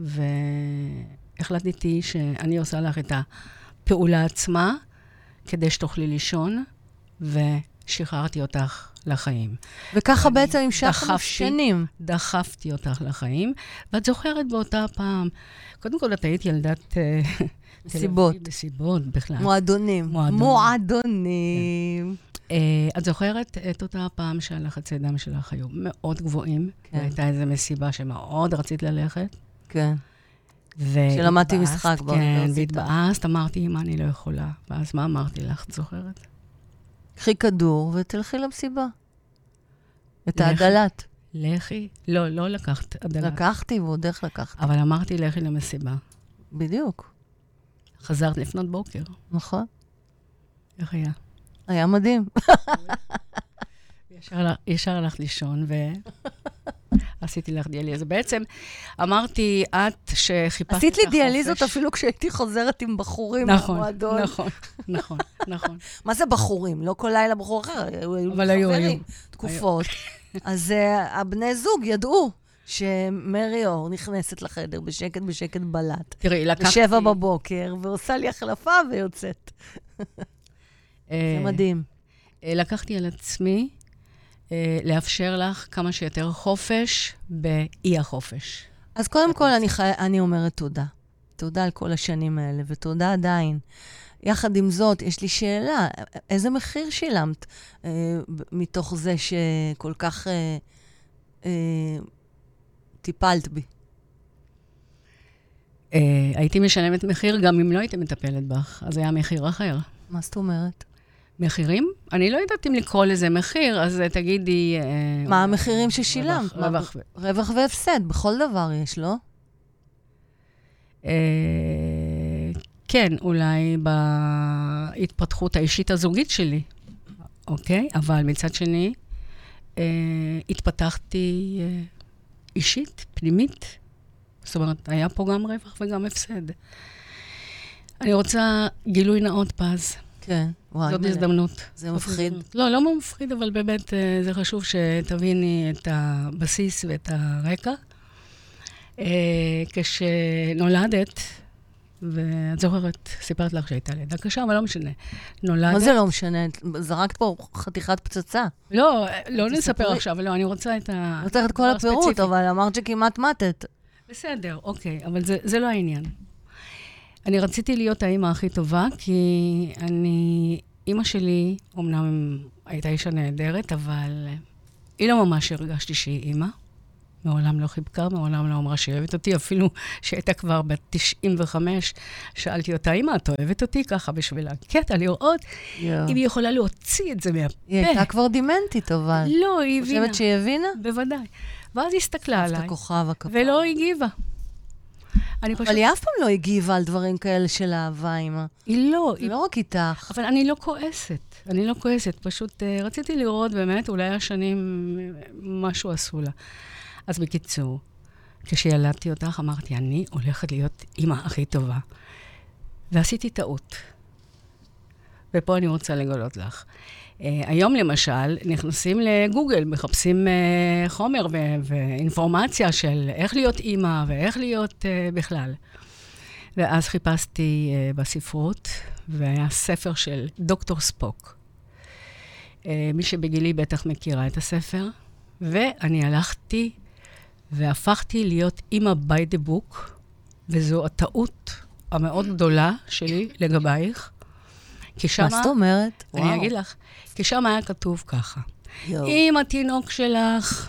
והחלטתי שאני עושה לך את הפעולה עצמה, כדי שתוכלי לישון, ושחררתי אותך לחיים. וככה בעצם המשכנו שנים. דחפתי אותך לחיים, ואת זוכרת באותה פעם, קודם כל את היית ילדת... מסיבות בכלל. מועדונים. את זוכרת את אותה פעם שהלחצי דם שלך היו מאוד גבוהים, והייתה איזו מסיבה שמאוד רצית ללכת. כן. שלמדתי משחק באוניברסיטה. כן, והתבאסת, אמרתי, אמא, אני לא יכולה. ואז מה אמרתי לך, את זוכרת? קחי כדור ותלכי למסיבה. את העגלת. לכי? לא, לא לקחת עגלת. לקחתי ועוד איך לקחתי. אבל אמרתי, לכי למסיבה. בדיוק. חזרת לפנות בוקר. נכון. איך היה? היה מדהים. ישר הלכת לישון, ועשיתי לך דיאליזה. בעצם אמרתי, את שחיפשת את החופש... עשית לי דיאליזות אפילו כשהייתי חוזרת עם בחורים במועדון. נכון. מה זה בחורים? לא כל לילה בחור אחר, היו חברים, תקופות. אז הבני זוג ידעו שמרי אור נכנסת לחדר בשקט בלט. תראי, לקחתי... 7 בבוקר, ועושה לי החלפה ויוצאת. זה מדהים. לקחתי על עצמי לאפשר לך כמה שיותר חופש באי החופש. אז קודם כל אני אומרת תודה. תודה על כל השנים האלה, ותודה עדיין. יחד עם זאת, יש לי שאלה, איזה מחיר שילמת מתוך זה שכל כך טיפלת בי? הייתי משלמת מחיר גם אם לא הייתי מטפלת בך, אז היה מחיר אחר. מה זאת אומרת? מחירים? אני לא יודעת אם לקרוא לזה מחיר, אז תגידי... מה המחירים ששילמת? רווח והפסד, בכל דבר יש, לא? כן, אולי בהתפתחות האישית הזוגית שלי, אוקיי? אבל מצד שני, התפתחתי אישית, פנימית. זאת אומרת, היה פה גם רווח וגם הפסד. אני רוצה גילוי נאות פז. כן, וואי. זאת הזדמנות. זה מפחיד? לא מפחיד, אבל באמת זה חשוב שתביני את הבסיס ואת הרקע. כשנולדת, ואת זוכרת, סיפרת לך שהייתה לידה קשה, אבל לא משנה. נולדת... מה זה לא משנה? זרקת פה חתיכת פצצה. לא נספר עכשיו, לא, אני רוצה את ה... אני רוצה את כל הפירוט, אבל אמרת שכמעט מתת. בסדר, אוקיי, אבל זה לא העניין. אני רציתי להיות האמא הכי טובה, כי אמא שלי, אמנם הייתה אישה נהדרת, אבל היא לא ממש הרגשתי שהיא אמא. מעולם לא חיבקה, מעולם לא אמרה שהיא אוהבת אותי, אפילו שהייתה כבר ב-95, שאלתי אותה, אמא, את אוהבת אותי? ככה בשביל הקטע, לראות אם היא יכולה להוציא את זה מהפה. היא הייתה כבר דימנטית, אבל. לא, היא הבינה. חושבת שהיא הבינה? בוודאי. ואז היא הסתכלה עליי. הכוכב הכפר. ולא הגיבה. אבל היא אף פעם לא הגיבה על דברים כאלה של אהבה, אמא. היא לא. היא לא רק איתך. אבל אני לא כועסת. פשוט רציתי לראות באמת, אולי השנים משהו עשו לה. אז בקיצור, כשילדתי אותך, אמרתי, אני הולכת להיות אמא הכי טובה. ועשיתי טעות. ופה אני רוצה לגלות לך. היום למשל, נכנסים לגוגל, מחפשים חומר ואינפורמציה של איך להיות אמא ואיך להיות בכלל. ואז חיפשתי בספרות, והיה ספר של דוקטור ספוק. מי שבגילי בטח מכירה את הספר, ואני הלכתי והפכתי להיות אמא by the book, וזו הטעות המאוד גדולה שלי לגבייך. מה זאת אומרת? אני אגיד לך, כי שם היה כתוב ככה. אם התינוק שלך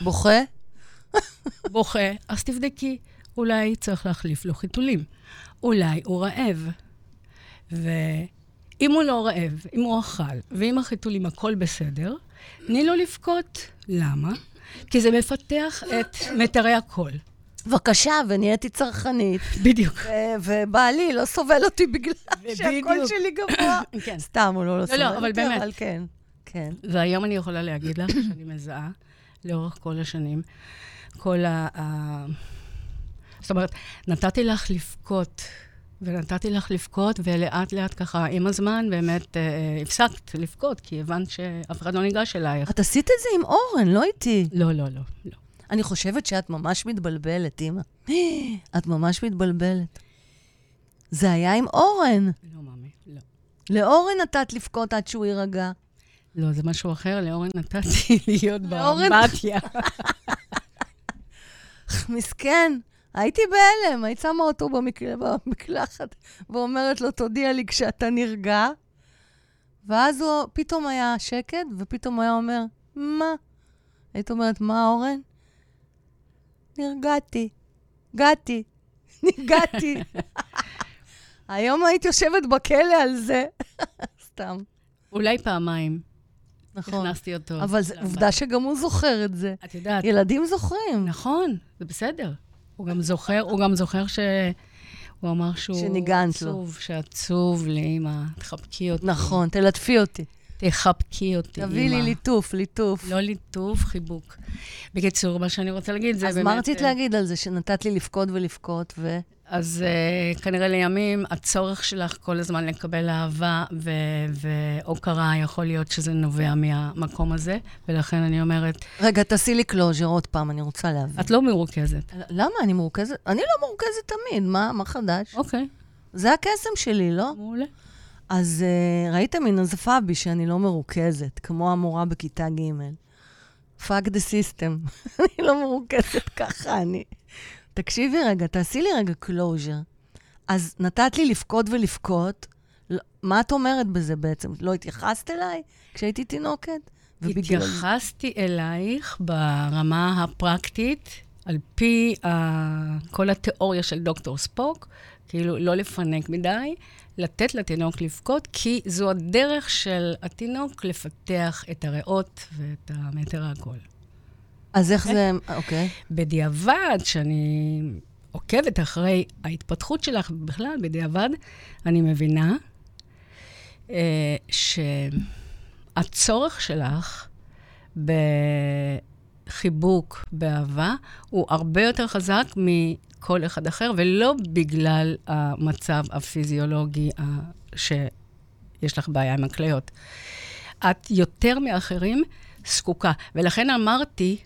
בוכה, אז תבדקי, אולי צריך להחליף לו חיתולים. אולי הוא רעב. ואם הוא לא רעב, אם הוא אכל, ואם החיתולים הכל בסדר, תני לו לבכות. למה? כי זה מפתח את מטרי הקול. בבקשה, ונהייתי צרכנית. בדיוק. ובעלי לא סובל אותי בגלל שהקול שלי גבוה. סתם, הוא לא סובל. לא, אבל באמת. אבל כן. והיום אני יכולה להגיד לך שאני מזהה לאורך כל השנים. זאת אומרת, נתתי לך לבכות, ולאט לאט ככה, עם הזמן באמת הפסקת לבכות, כי הבנת שאף אחד לא ניגש אלייך. את עשית את זה עם אורן, לא איתי. לא. אני חושבת שאת ממש מתבלבלת, אמא. את ממש מתבלבלת. זה היה עם אורן. לא, ממי, לא. לאורן נתת לבכות עד שהוא יירגע. לא, זה משהו אחר, לאורן נתתי להיות באמבטיה. מסכן, הייתי בהלם, היית שמה אותו במקלחת, ואומרת לו, תודיע לי כשאתה נרגע. ואז הוא פתאום היה שקט, ופתאום היה אומר, מה? היית אומרת, מה אורן? נרגעתי. היום היית יושבת בכלא על זה. סתם. אולי פעמיים. נכון. הכנסתי אותו. אבל עובדה שגם הוא זוכר את זה. את יודעת. ילדים זוכרים. נכון, זה בסדר. הוא גם זוכר הוא אמר שהוא שניגנת לו. שעצוב לי, אמא, תחבקי אותי. נכון, תלטפי אותי. תחבקי אותי, אמא. תביא לי ליטוף. לא ליטוף, חיבוק. בקיצור, מה שאני רוצה להגיד זה אז באמת... מה רצית להגיד על זה, שנתת לי לבכות אז כנראה לימים, הצורך שלך כל הזמן לקבל אהבה והוקרה, יכול להיות שזה נובע מהמקום הזה, ולכן אני אומרת... רגע, תעשי לי קלוז'ר עוד פעם, אני רוצה להבין. את לא מרוכזת. למה? אני מרוכזת? אני לא מרוכזת תמיד, מה חדש? אוקיי. זה הקסם שלי, לא? מעולה. אז ראיתם, היא נזפה בי שאני לא מרוכזת, כמו המורה בכיתה ג'. fuck the system. אני לא מרוכזת ככה, תקשיבי רגע, תעשי לי רגע קלוז'ר. אז נתת לי לבכות, מה את אומרת בזה בעצם? לא התייחסת אליי כשהייתי תינוקת? התייחסתי אלייך ברמה הפרקטית, על פי כל התיאוריה של דוקטור ספוק, כאילו לא לפנק מדי, לתת לתינוק לבכות, כי זו הדרך של התינוק לפתח את הריאות ואת המטר הכל. אז איך זה, אוקיי. בדיעבד, שאני עוקבת אחרי ההתפתחות שלך בכלל, בדיעבד, אני מבינה שהצורך שלך בחיבוק, באהבה, הוא הרבה יותר חזק מכל אחד אחר, ולא בגלל המצב הפיזיולוגי שיש לך בעיה עם הכליות. את יותר מאחרים זקוקה. ולכן אמרתי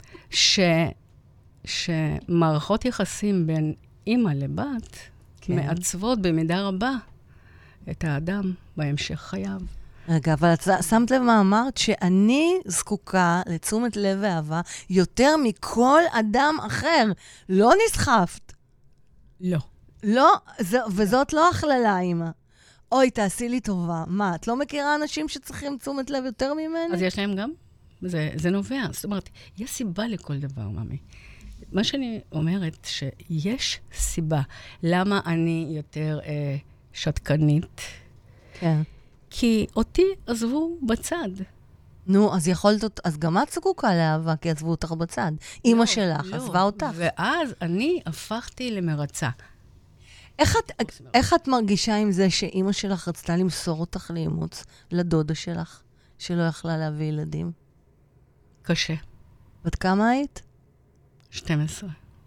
שמערכות יחסים בין אמא לבת מעצבות במידה רבה את האדם בהמשך חייו. רגע, אבל את שמת לב מה אמרת? שאני זקוקה לתשומת לב ואהבה יותר מכל אדם אחר. לא נסחפת. לא. לא, וזאת לא הכללה, אמא. אוי, תעשי לי טובה. מה, את לא מכירה אנשים שצריכים תשומת לב יותר ממני? אז יש להם גם? זה נובע. זאת אומרת, יש סיבה לכל דבר, ממי. מה שאני אומרת, שיש סיבה למה אני יותר שתקנית. כן. כי אותי עזבו בצד. נו, אז אז גם את זקוקה לאהבה, כי עזבו אותך בצד. אמא שלך עזבה אותך. ואז אני הפכתי למרצה. איך את מרגישה עם זה שאמא שלך רצתה למסור אותך לאימוץ, לדודה שלך, שלא יכלה להביא ילדים? קשה. בת כמה היית? 12.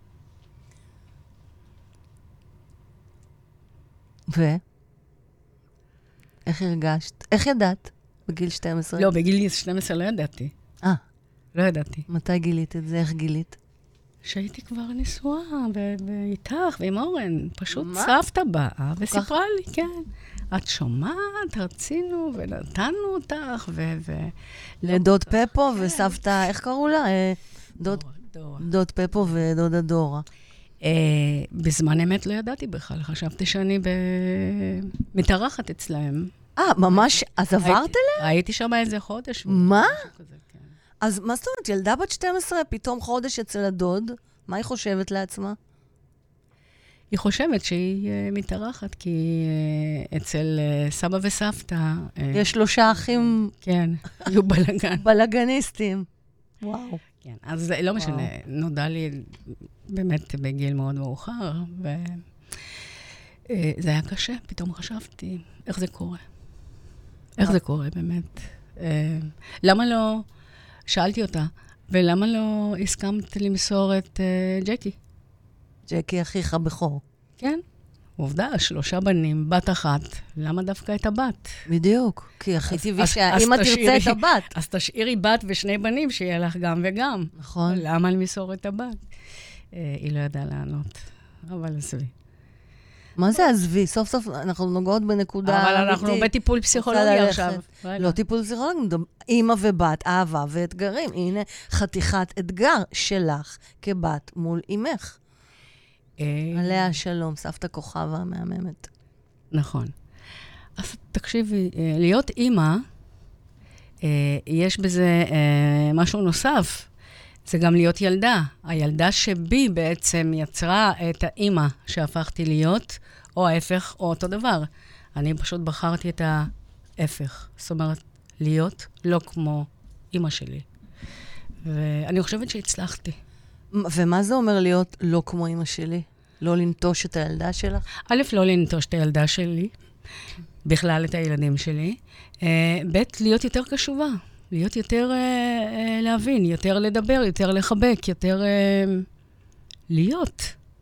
איך הרגשת? איך ידעת? בגיל 12? לא, בגיל 12 לא ידעתי. לא ידעתי. מתי גילית את זה? איך גילית? שהייתי כבר נשואה, ואיתך, ועם אורן. פשוט סבתא באה וסיפרה לי, כן. את שומעת, רצינו ונתנו אותך, לדוד פפו וסבתא, איך קראו לה? דוד פפו ודודה דורה. בזמן אמת לא ידעתי בכלל, חשבתי שאני מתארחת אצלהם. ממש? אז עברת אליה? הייתי שם איזה חודש. מה? אז מה זאת אומרת, ילדה בת 12, פתאום חודש אצל הדוד, מה היא חושבת לעצמה? היא חושבת שהיא מתארחת, כי אצל סבא וסבתא... יש 3 אחים... כן, היו בלגן. בלגניסטים. וואו. כן, אז לא משנה, נודע לי באמת בגיל מאוד מאוחר, וזה היה קשה, פתאום חשבתי, איך זה קורה? איך זה קורה באמת? למה לא... שאלתי אותה, ולמה לא הסכמת למסור את ג'קי? ג'קי אחיך בכור. כן, עובדה, 3 בנים, בת אחת. למה דווקא את הבת? בדיוק, כי הכי טבעי שהאמא תרצה את הבת. אז תשאירי בת ו2 בנים, שיהיה לך גם וגם. נכון. למה למסור את הבת? היא לא ידעה לענות, אבל עזבי. מה זה עזבי? סוף סוף אנחנו נוגעות בנקודה... אבל אנחנו בטיפול פסיכולוגי עכשיו. לא טיפול פסיכולוגי, אמא ובת, אהבה ואתגרים. הנה חתיכת אתגר שלך כבת מול אמך. עליה שלום, סבתא כוכבה המהממת. נכון. אז תקשיבי, להיות אמא, יש בזה משהו נוסף. זה גם להיות ילדה. הילדה שבי בעצם יצרה את האמא שהפכתי להיות, או ההפך, או אותו דבר. אני פשוט בחרתי את ההפך. זאת אומרת, להיות לא כמו אמא שלי. ואני חושבת שהצלחתי. ומה זה אומר להיות לא כמו אמא שלי? לא לנטוש את הילדה שלך? א', לא לנטוש את הילדה שלי, בכלל את הילדים שלי. ב', להיות יותר קשובה. להיות יותר להבין, יותר לדבר, יותר לחבק, יותר להיות.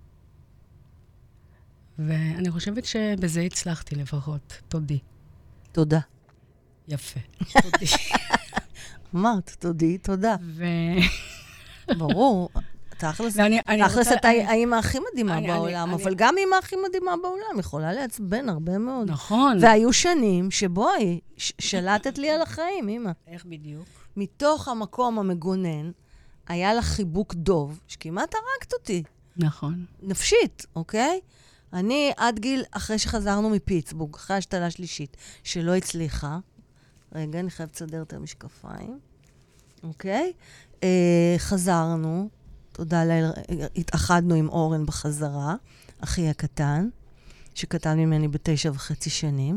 ואני חושבת שבזה הצלחתי לפחות. תודי. תודה. יפה. תודי. אמרת, תודי, תודה. ברור. תכלס את האמא הכי מדהימה בעולם, אבל גם אמא הכי מדהימה בעולם יכולה לעצבן הרבה מאוד. נכון. והיו שנים שבואי, שלטת לי על החיים, אמא. איך בדיוק? מתוך המקום המגונן, היה לה חיבוק דוב, שכמעט הרגת אותי. נכון. נפשית, אוקיי? אני עד גיל, אחרי שחזרנו מפיטסבורג, אחרי השתלה שלישית, שלא הצליחה, רגע, אני חייבת לסדר את המשקפיים, אוקיי? חזרנו, תודה לאל, התאחדנו עם אורן בחזרה, אחי הקטן, שקטן ממני ב9.5 שנים,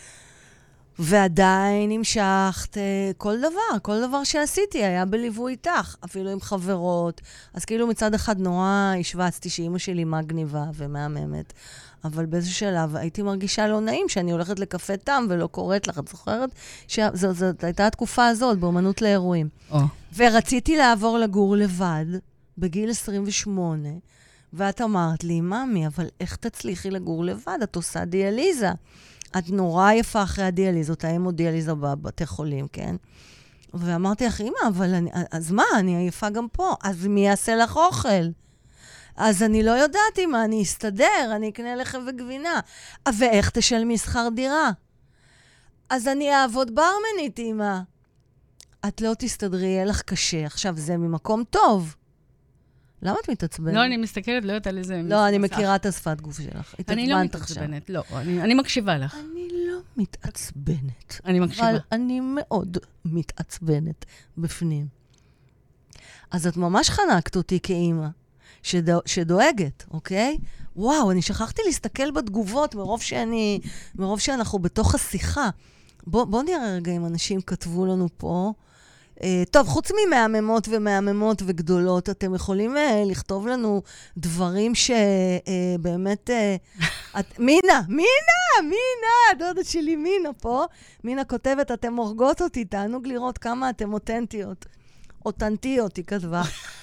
ועדיין המשכת כל דבר שעשיתי היה בליווי איתך, אפילו עם חברות. אז כאילו מצד אחד נורא השווצתי שאימא שלי מגניבה ומהממת, אבל באיזשהו שלב הייתי מרגישה לא נעים שאני הולכת לקפה תם ולא קוראת לך. את זוכרת? זאת הייתה התקופה הזאת, באמנות לאירועים. ורציתי לעבור לגור לבד בגיל 28, ואת אמרת לי, ממי, אבל איך תצליחי לגור לבד? את עושה דיאליזה. את נורא יפה אחרי הדיאליזות, ההמודיאליזה בבתי חולים, כן? ואמרתי לך, אמא, אבל אז מה? אני עייפה גם פה. אז מי יעשה לך אוכל? אז אני לא יודעת מה, אני אסתדר, אני אקנה לחם וגבינה. ואיך תשלמי שכר דירה? אז אני אעבוד ברמנית, אמא. את לא תסתדרי, יהיה לך קשה. עכשיו, זה ממקום טוב. למה את מתעצבנת? לא, אני מסתכלת, לא יודעת על איזה... לא, אני מכירה את השפת גוף שלך. אני לא מתעצבנת, לא, אני מקשיבה לך. אני לא מתעצבנת. אני מקשיבה. אבל אני מאוד מתעצבנת בפנים. אז את ממש חנקת אותי כאימא, שדואגת, אוקיי? וואו, אני שכחתי להסתכל בתגובות מרוב שאנחנו בתוך השיחה. בוא נראה רגע אם אנשים כתבו לנו פה. טוב, חוץ ממהממות ומהממות וגדולות, אתם יכולים לכתוב לנו דברים שבאמת... מינה, דודה שלי מינה פה. מינה כותבת, אתם מורגות אותי, תענוג לראות כמה אתם אותנטיות. אותנטיות, היא כתבה.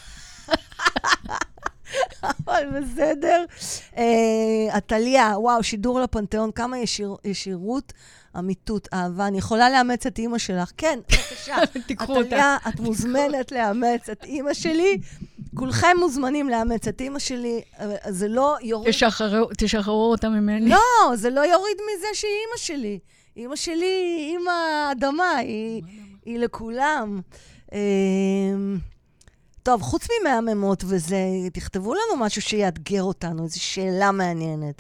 אבל בסדר. עתליה, וואו, שידור לפנתיאון, כמה ישירות, אמיתות, אהבה. אני יכולה לאמץ את אימא שלך. כן, בבקשה. תיקחו אותה. עתליה, את מוזמנת לאמץ את אימא שלי. כולכם מוזמנים לאמץ את אימא שלי. זה לא יוריד... תשחררו אותה ממני. לא, זה לא יוריד מזה שהיא אימא שלי. אימא שלי היא אימא אדמה, היא לכולם. טוב, חוץ ממהממות וזה, תכתבו לנו משהו שיאתגר אותנו, איזו שאלה מעניינת,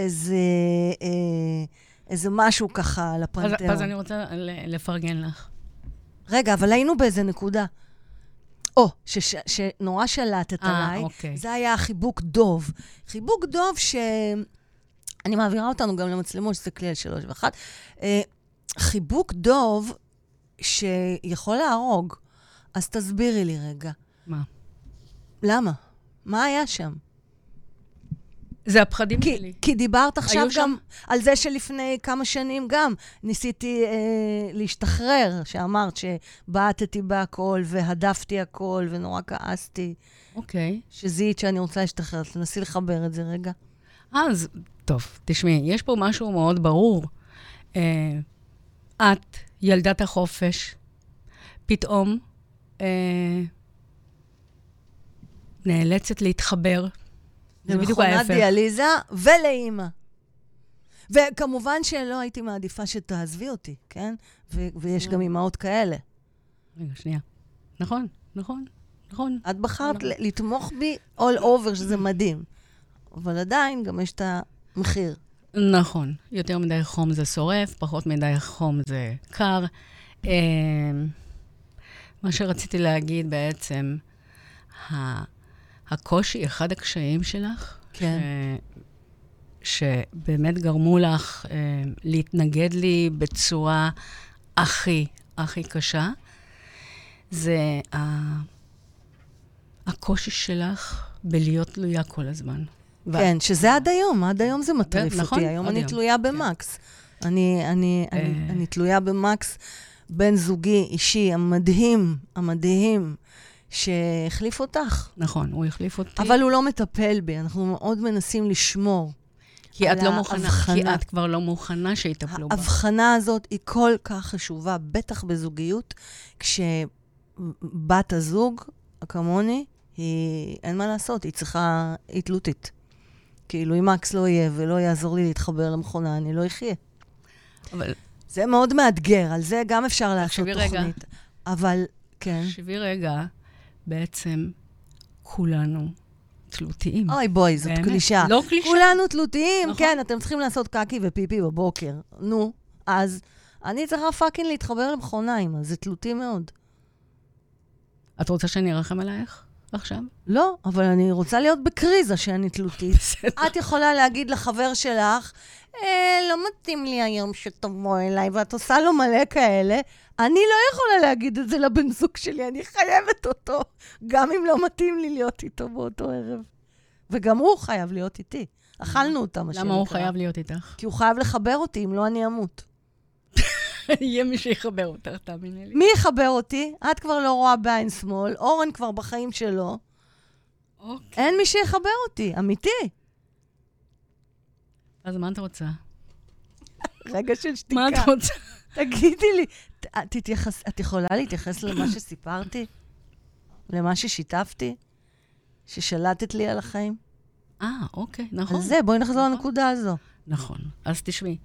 איזה משהו ככה על הפנתיאון. אז אני רוצה לפרגן לך. רגע, אבל היינו באיזה נקודה. שנורא שלטת עליי, אוקיי. זה היה חיבוק דוב. חיבוק דוב אני מעבירה אותנו גם למצלמות, שזה כלי על 3 ו1. חיבוק דוב שיכול להרוג. אז תסבירי לי רגע. מה? למה? מה היה שם? זה הפחדים שלי. כי דיברת עכשיו גם על זה שלפני כמה שנים גם ניסיתי להשתחרר, שאמרת שבעטתי בהכל והדפתי הכל ונורא כעסתי. אוקיי. שזיהית שאני רוצה להשתחרר. תנסי לחבר את זה רגע. אז, טוב, תשמעי, יש פה משהו מאוד ברור. את, ילדת החופש, פתאום נאלצת להתחבר. זה בדיוק ההפך. למכונת דיאליזה ולאימא. וכמובן שלא הייתי מעדיפה שתעזבי אותי, כן? ויש גם אימהות כאלה. רגע, שנייה. נכון. את בחרת לתמוך בי all over, שזה מדהים. אבל עדיין גם יש את המחיר. נכון. יותר מדי חום זה שורף, פחות מדי חום זה קר. מה שרציתי להגיד בעצם, הקושי, אחד הקשיים שלך, כן. שבאמת גרמו לך להתנגד לי בצורה הכי קשה, זה הקושי שלך בלהיות תלויה כל הזמן. כן, שזה עד היום זה מטריף נכון, אותי. היום אני תלויה במקס. אני תלויה במקס, בן זוגי, אישי, המדהים, שהחליף אותך. נכון, הוא החליף אותי. אבל הוא לא מטפל בי, אנחנו מאוד מנסים לשמור. כי את לא מוכנה, כי את כבר לא מוכנה שיטפלו בה. ההבחנה הזאת היא כל כך חשובה, בטח בזוגיות, כשבת הזוג, כמוני, אין מה לעשות, היא תלותית. כאילו, אם מקס לא יהיה ולא יעזור לי להתחבר למכונה, אני לא אחיה. אבל... זה מאוד מאתגר, על זה גם אפשר לעשות תוכנית. אבל, כן. תחשבי רגע, בעצם כולנו תלותיים. אוי בואי, זאת קלישה. לא קלישה. כולנו תלותיים, נכון. כן, אתם צריכים לעשות קקי ופיפי בבוקר. נו, אז אני צריכה פאקינג להתחבר למכוניים, אז זה תלותי מאוד. את רוצה שאני ארחם עלייך עכשיו? לא, אבל אני רוצה להיות בקריזה שאני תלותית. את יכולה להגיד לחבר שלך, לא מתאים לי היום שתבוא אליי, ואת עושה לו מלא כאלה. אני לא יכולה להגיד את זה לבן זוג שלי, אני חייבת אותו, גם אם לא מתאים לי להיות איתו באותו ערב. וגם הוא חייב להיות איתי. אכלנו אותה, מה שנקרא. למה הוא חייב להיות איתך? כי הוא חייב לחבר אותי, אם לא אני אמות. יהיה מי שיחבר אותך, תאמיני לי. מי יחבר אותי? את כבר לא רואה בעין שמאל, אורן כבר בחיים שלו. אוקיי. אין מי שיחבר אותי, אמיתי. אז מה את רוצה? רגע של שתיקה. מה את רוצה? תגידי לי, את יכולה להתייחס למה שסיפרתי? למה ששיתפתי? ששלטת לי על החיים? אוקיי, נכון. על זה, בואי נחזור לנקודה הזו. נכון. אז תשמעי.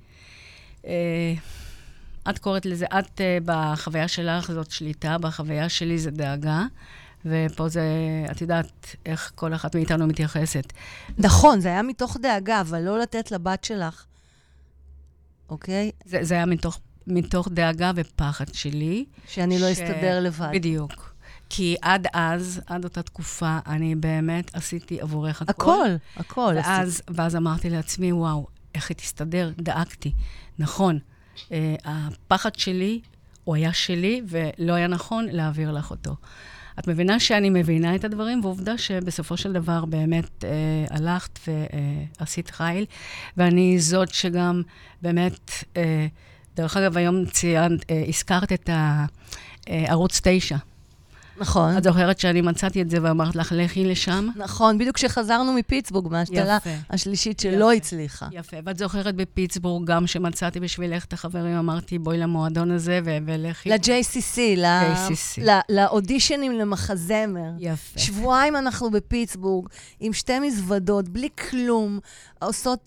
את קוראת לזה, את בחוויה שלך זאת שליטה, בחוויה שלי זה דאגה, ופה זה, את יודעת איך כל אחת מאיתנו מתייחסת. נכון, זה היה מתוך דאגה, אבל לא לתת לבת שלך. אוקיי? זה היה מתוך דאגה ופחד שלי. שאני לא אסתדר לבד. בדיוק. כי עד אז, עד אותה תקופה, אני באמת עשיתי עבורך הכל. ואז אמרתי לעצמי, וואו, איך היא תסתדר? דאגתי. נכון. הפחד שלי, הוא היה שלי, ולא היה נכון להעביר לך אותו. את מבינה שאני מבינה את הדברים, ועובדה שבסופו של דבר באמת הלכת ועשית חיל, ואני זאת שגם באמת, דרך אגב, היום הזכרת את ערוץ 9. נכון. את זוכרת שאני מצאתי את זה ואמרת לך, לכי לשם? נכון, בדיוק כשחזרנו מפיטסבורג, מהשתלה השלישית שלא הצליחה. יפה, ואת זוכרת בפיטסבורג גם שמצאתי בשבילך את החברים, אמרתי, בואי למועדון הזה ולכי. ל-JCC, לאודישנים למחזמר. יפה. שבועיים אנחנו בפיטסבורג, עם 2 מזוודות, בלי כלום, עושות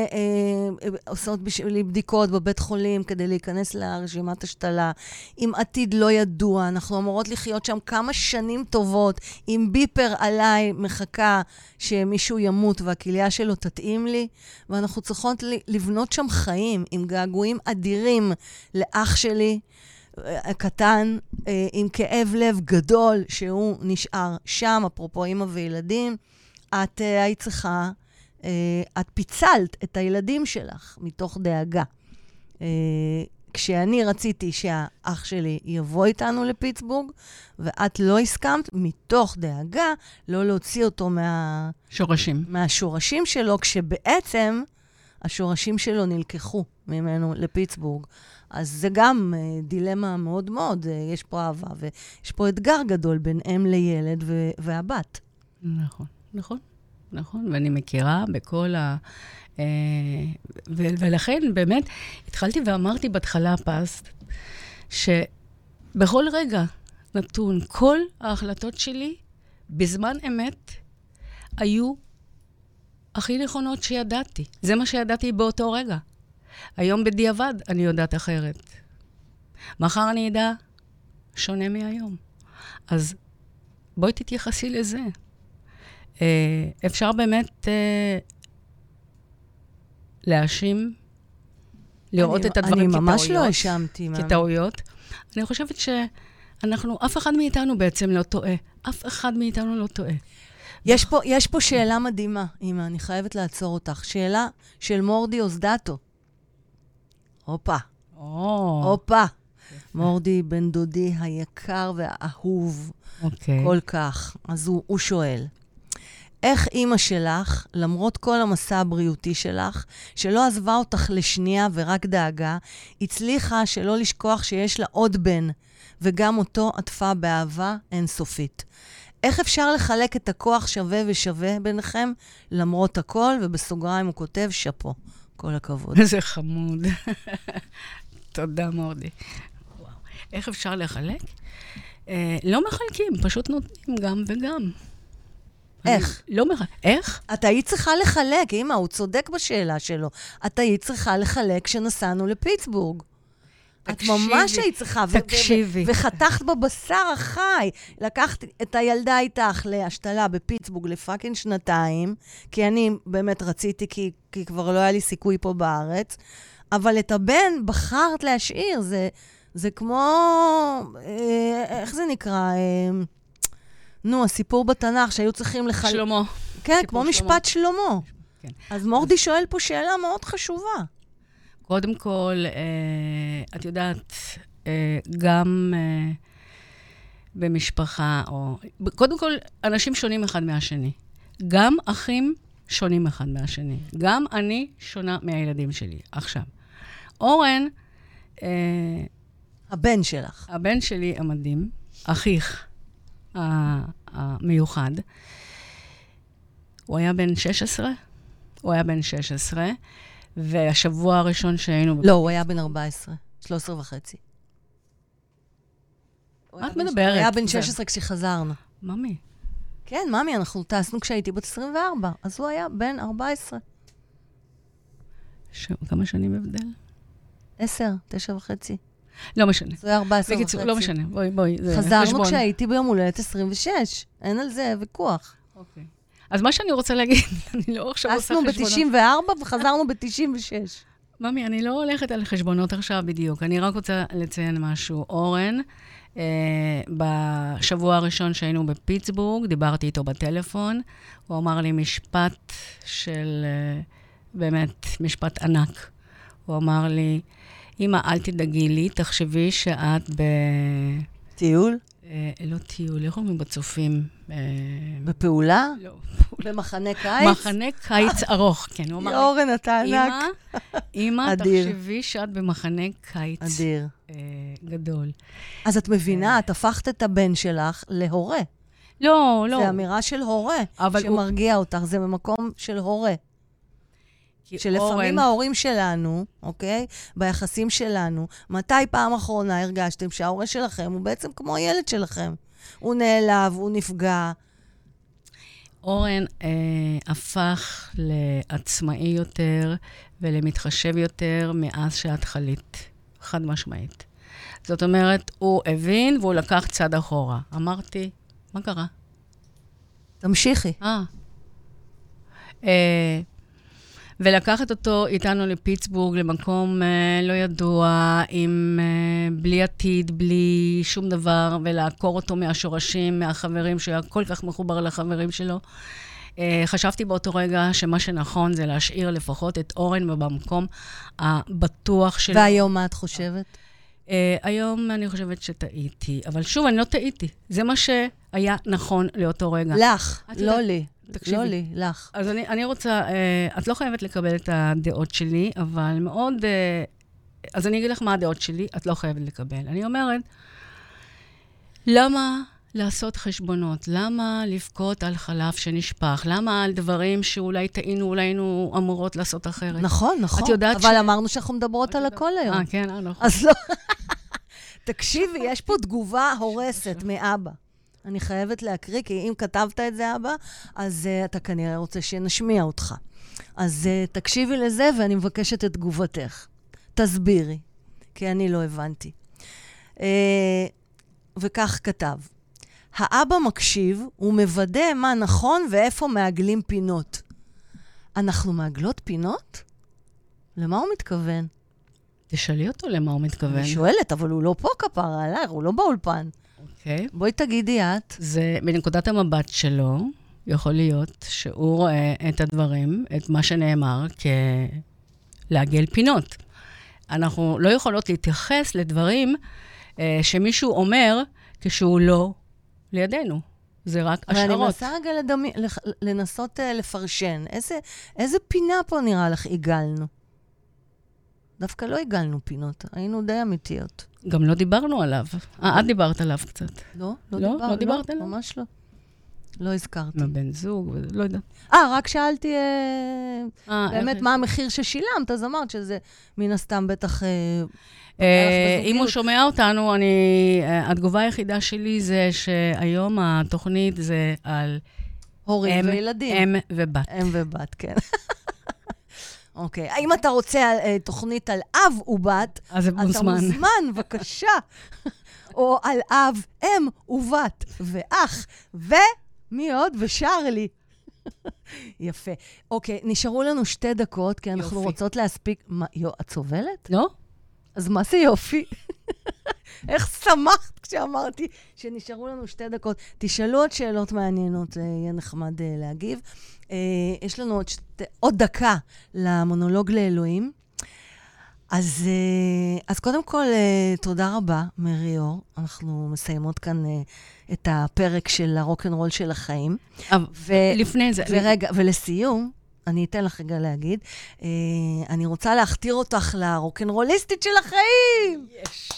בשבילי בדיקות בבית חולים כדי להיכנס לרשימת השתלה, עם עתיד לא ידוע, אנחנו אמורות לחיות שם כמה שנים טובות, עם ביפר עליי מחכה שמישהו ימות והכליה שלו תתאים לי, ואנחנו צריכות לבנות שם חיים עם געגועים אדירים לאח שלי, הקטן, עם כאב לב גדול שהוא נשאר שם, אפרופו אמא וילדים. את היית צריכה, את פיצלת את הילדים שלך מתוך דאגה. כשאני רציתי שהאח שלי יבוא איתנו לפיטסבורג, ואת לא הסכמת מתוך דאגה לא להוציא אותו מהשורשים שלו, כשבעצם השורשים שלו נלקחו ממנו לפיטסבורג. אז זה גם דילמה מאוד מאוד, יש פה אהבה, ויש פה אתגר גדול בין אם לילד והבת. נכון, ואני מכירה בכל ולכן באמת התחלתי ואמרתי בהתחלה פסט, שבכל רגע נתון, כל ההחלטות שלי בזמן אמת היו הכי נכונות שידעתי. זה מה שידעתי באותו רגע. היום בדיעבד אני יודעת אחרת. מחר אני אדע שונה מהיום. אז בואי תתייחסי לזה. אפשר באמת להאשים, לראות את הדברים כטעויות. אני ממש לא האשמתי. כטעויות. אני חושבת שאנחנו, אף אחד מאיתנו בעצם לא טועה. אף אחד מאיתנו לא טועה. יש פה שאלה מדהימה, אמא, אני חייבת לעצור אותך. שאלה של מורדי אוזדתו. הופה. מורדי, בן דודי היקר והאהוב. כל כך. אז הוא שואל, איך אמא שלך, למרות כל המסע הבריאותי שלך, שלא עזבה אותך לשנייה ורק דאגה, הצליחה שלא לשכוח שיש לה עוד בן, וגם אותו עטפה באהבה אינסופית. איך אפשר לחלק את הכוח שווה ושווה ביניכם, למרות הכל, ובסוגריים הוא כותב, שפו. כל הכבוד. זה חמוד. תודה מורדי. וואו. איך אפשר לחלק? לא מחלקים, פשוט נותנים גם וגם. איך? איך? את היית צריכה לחלק, אמא, הוא צודק בשאלה שלו. את היית צריכה לחלק כשנסענו לפיטסבורג. את ממש היית צריכה. תקשיבי. וחתכת בבשר החי. לקחת את הילדה איתך להשתלה בפיטסבורג לפאקינג 2 כי אני באמת רציתי, כי כבר לא היה לי סיכוי פה בארץ, אבל את הבן בחרת להשאיר. זה כמו, איך זה נקרא? הסיפור בתנ"ך שהיו צריכים שלמה. כן, כמו משפט שלמה. כן. אז מורדי שואל פה שאלה מאוד חשובה. קודם כל, את יודעת, גם במשפחה, קודם כל, אנשים שונים אחד מהשני. גם אחים שונים אחד מהשני. גם אני שונה מהילדים שלי. עכשיו, אורן, הבן שלך. הבן שלי המדהים, אחיך המיוחד, הוא היה בן 16? הוא היה בן 16, והשבוע הראשון שהיינו... לא, הוא היה בן 14, 13 וחצי. מה את מדברת? הוא היה בן 16 כשחזרנו. ממי. כן, ממי, אנחנו טסנו כשהייתי בת 24, אז הוא היה בן 14. כמה שנים הבדל? 10, 9 וחצי. לא משנה. זה היה 14 וחצי. בקיצור, לא משנה. בואי, זה חשבון. חזרנו כשהייתי ביום הולדת 26. אין על זה ויכוח. אוקיי. אז מה שאני רוצה להגיד, אני לא עכשיו עושה חשבונות. טסנו ב-94 וחזרנו ב-96. ממי, אני לא הולכת על חשבונות עכשיו בדיוק. אני רק רוצה לציין משהו. אורן, בשבוע הראשון שהיינו בפיטסבורג, דיברתי איתו בטלפון, הוא אמר לי משפט של, באמת, משפט ענק. הוא אמר לי, אמא, אל תדאגי לי, תחשבי שאת טיול? לא טיול, איך אומרים בצופים? בפעולה? לא. במחנה קיץ? מחנה קיץ ארוך, כן. הוא אמר לי, אורן, אתה ענק. אמא, תחשבי שאת במחנה קיץ אדיר. גדול. אז את מבינה, את הפכת את הבן שלך להורה. לא, לא. זה אמירה של הורה שמרגיע אותך, זה ממקום של הורה. שלפעמים ההורים שלנו, אוקיי? ביחסים שלנו, מתי פעם אחרונה הרגשתם שההורה שלכם הוא בעצם כמו הילד שלכם? הוא נעלב, הוא נפגע. אורן הפך לעצמאי יותר ולמתחשב יותר מאז שאת חלית. חד משמעית. זאת אומרת, הוא הבין והוא לקח צד אחורה. אמרתי, מה קרה? תמשיכי. ולקחת אותו איתנו לפיטסבורג, למקום לא ידוע, בלי עתיד, בלי שום דבר, ולעקור אותו מהשורשים, מהחברים, שהיה כל כך מחובר לחברים שלו. חשבתי באותו רגע שמה שנכון זה להשאיר לפחות את אורן במקום הבטוח שלו. והיום מה את חושבת? היום אני חושבת שטעיתי, אבל שוב, אני לא טעיתי. זה מה שהיה נכון לאותו רגע. לך, לא לי. תקשיבי. לא לי, לך. אז אני רוצה, את לא חייבת לקבל את הדעות שלי, אבל מאוד, אז אני אגיד לך מה הדעות שלי, את לא חייבת לקבל. אני אומרת, למה לעשות חשבונות? למה לבכות על חלב שנשפך? למה על דברים שאולי טעינו, אולי היינו אמורות לעשות אחרת? נכון, נכון. את יודעת אבל אמרנו שאנחנו מדברות על הכל היום. כן, נכון. אז לא. תקשיבי, יש פה תגובה הורסת מאבא. אני חייבת להקריא, כי אם כתבת את זה, אבא, אז אתה כנראה רוצה שנשמיע אותך. אז תקשיבי לזה, ואני מבקשת את תגובתך. תסבירי, כי אני לא הבנתי. וכך כתב. האבא מקשיב ומוודא מה נכון ואיפה מעגלים פינות. אנחנו מעגלות פינות? למה הוא מתכוון? תשאלי אותו למה הוא מתכוון. אני שואלת, אבל הוא לא פה כפרה עליך, הוא לא באולפן. אוקיי. בואי תגידי את. זה בנקודת המבט שלו, יכול להיות שהוא רואה את הדברים, את מה שנאמר, כלעגל פינות. אנחנו לא יכולות להתייחס לדברים שמישהו אומר כשהוא לא לידינו. זה רק השערות. ואני מנסה רגע לנסות לפרשן. איזה פינה פה נראה לך עיגלנו? דווקא לא עיגלנו פינות, היינו די אמיתיות. גם לא דיברנו עליו. את דיברת עליו קצת. לא דיברת עליו? ממש לא. לא הזכרתי. מהבן זוג, לא יודעת. רק שאלתי באמת מה המחיר ששילמת, אז אמרת שזה מן הסתם בטח... אם הוא שומע אותנו, התגובה היחידה שלי זה שהיום התוכנית זה על... הורים וילדים. אם ובת. אם ובת, כן. אוקיי. האם אתה רוצה תוכנית על אב ובת? אז זה מוזמן. אתה מוזמן, בבקשה. או על אב, אם ובת, ואח, ומי עוד? ושרלי. יפה. אוקיי, נשארו לנו 2 דקות, כי אנחנו רוצות להספיק... את סובלת? לא? אז מה זה יופי? איך שמחת כשאמרתי שנשארו לנו 2 דקות. תשאלו עוד שאלות מעניינות, יהיה נחמד להגיב. יש לנו עוד דקה למונולוג לאלוהים. אז קודם כל, תודה רבה, מריאור. אנחנו מסיימות כאן את הפרק של הרוק'נ'רול של החיים. לפני זה... ולסיום, אני אתן לך רגע להגיד, אני רוצה להכתיר אותך לרוק'נ'רוליסטית של החיים! יש!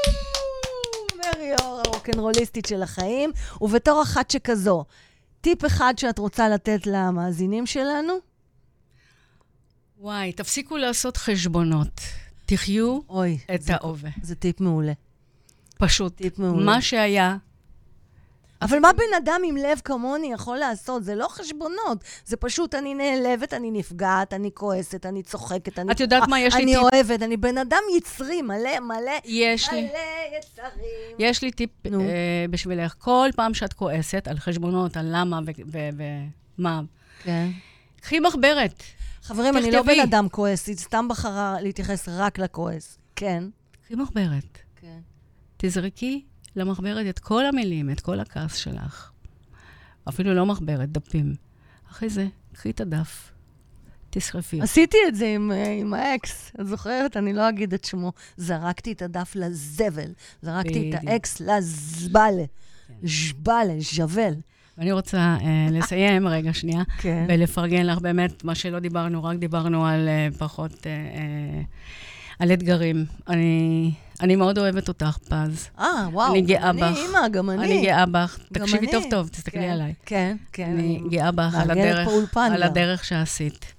מריאור, הרוק'נ'רוליסטית של החיים. ובתור אחת שכזו, טיפ אחד שאת רוצה לתת למאזינים שלנו? וואי, תפסיקו לעשות חשבונות. תחיו את ההווה. זה טיפ מעולה. פשוט. טיפ מעולה. מה שהיה... אבל מה בן אדם עם לב כמוני יכול לעשות? זה לא חשבונות. זה פשוט, אני נעלבת, אני נפגעת, אני כועסת, אני צוחקת, את יודעת מה? יש לי טיפ. אני אוהבת, אני בן אדם יצרי, מלא יצרים. יש לי טיפ בשבילך. כל פעם שאת כועסת על חשבונות, על למה ומה. כן. קחי מחברת. חברים, אני לא בן אדם כועס, היא סתם בחרה להתייחס רק לכועס. כן. קחי מחברת. כן. תזרקי למחברת את כל המילים, את כל הכעס שלך. אפילו לא מחברת, דפים. אחרי זה, קחי את הדף. תשרפי. עשיתי את זה עם האקס. את זוכרת? אני לא אגיד את שמו. זרקתי את הדף לזבל. זרקתי את האקס לזבלה. ז'בלה, ז'בל. ואני רוצה לסיים רגע שנייה, ולפרגן לך באמת מה שלא דיברנו, רק דיברנו על פחות, על אתגרים. אני מאוד אוהבת אותך, פז. וואו. אני גאה בך. אני אימא, גם אני. אני גאה בך. תקשיבי טוב טוב, תסתכלי עליי. כן, כן. אני גאה בך על הדרך שעשית.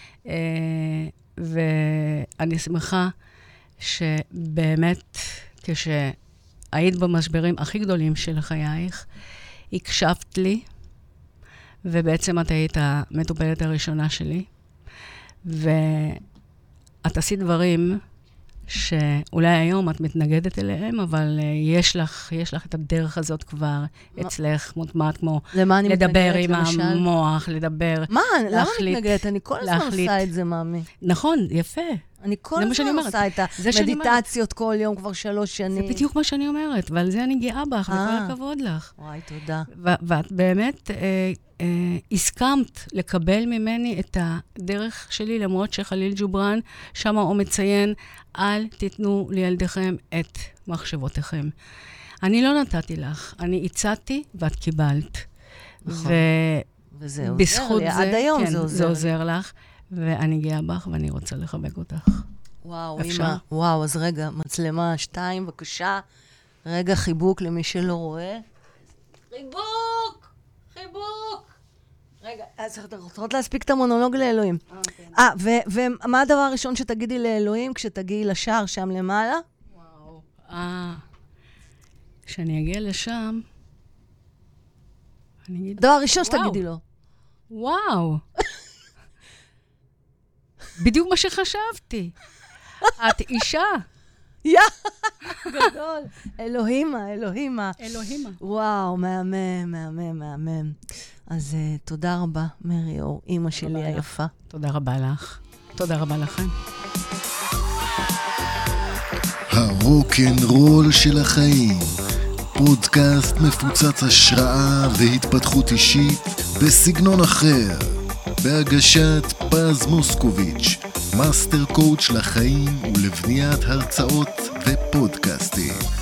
ואני שמחה שבאמת, כשהיית במשברים הכי גדולים של חייך, הקשבת לי, ובעצם את היית המטופלת הראשונה שלי, ואת עשית דברים שאולי היום את מתנגדת אליהם, אבל יש לך את הדרך הזאת כבר אצלך, מוטמעת כמו לדבר עם המוח, לדבר, מה? למה מתנגדת? אני כל הזמן עושה את זה, מאמי. נכון, יפה. אני כל הזמן עושה את המדיטציות כל יום כבר 3 שנים. זה בדיוק מה שאני אומרת, ועל זה אני גאה בך, וכל הכבוד לך. וואי, תודה. ואת באמת הסכמת לקבל ממני את הדרך שלי, למרות שחליל ג'ובראן, שם הוא מציין, אל תיתנו לילדיכם את מחשבותיכם. אני לא נתתי לך, אני הצעתי ואת קיבלת. נכון. וזה עוזר לי, עד היום זה עוזר לי. זה עוזר לך. ואני גאה בך, ואני רוצה לחבק אותך. וואו, אמא. וואו, אז רגע, מצלמה 2, בבקשה. רגע, חיבוק למי שלא רואה. חיבוק! חיבוק! רגע, אז אתם רוצות להספיק את המונולוג לאלוהים. ומה הדבר הראשון שתגידי לאלוהים כשתגיעי לשער שם למעלה? וואו. כשאני אגיע לשם, אני אגיד... הדבר הראשון שתגידי לו. וואו. בדיוק מה שחשבתי. את אישה. גדול. אלוהימה, אלוהימה. אלוהימה. וואו, מהמם, מהמם, מהמם. אז תודה רבה, מריאור, אמא שלי היפה. תודה רבה לך. תודה רבה לכם. הרוק'נ'רול של החיים. פודקאסט מפוצץ השראה והתפתחות אישית בסגנון אחר. בהגשת פז מוסקוביץ', מאסטר קואוץ' לחיים ולבניית הרצאות ופודקאסטים.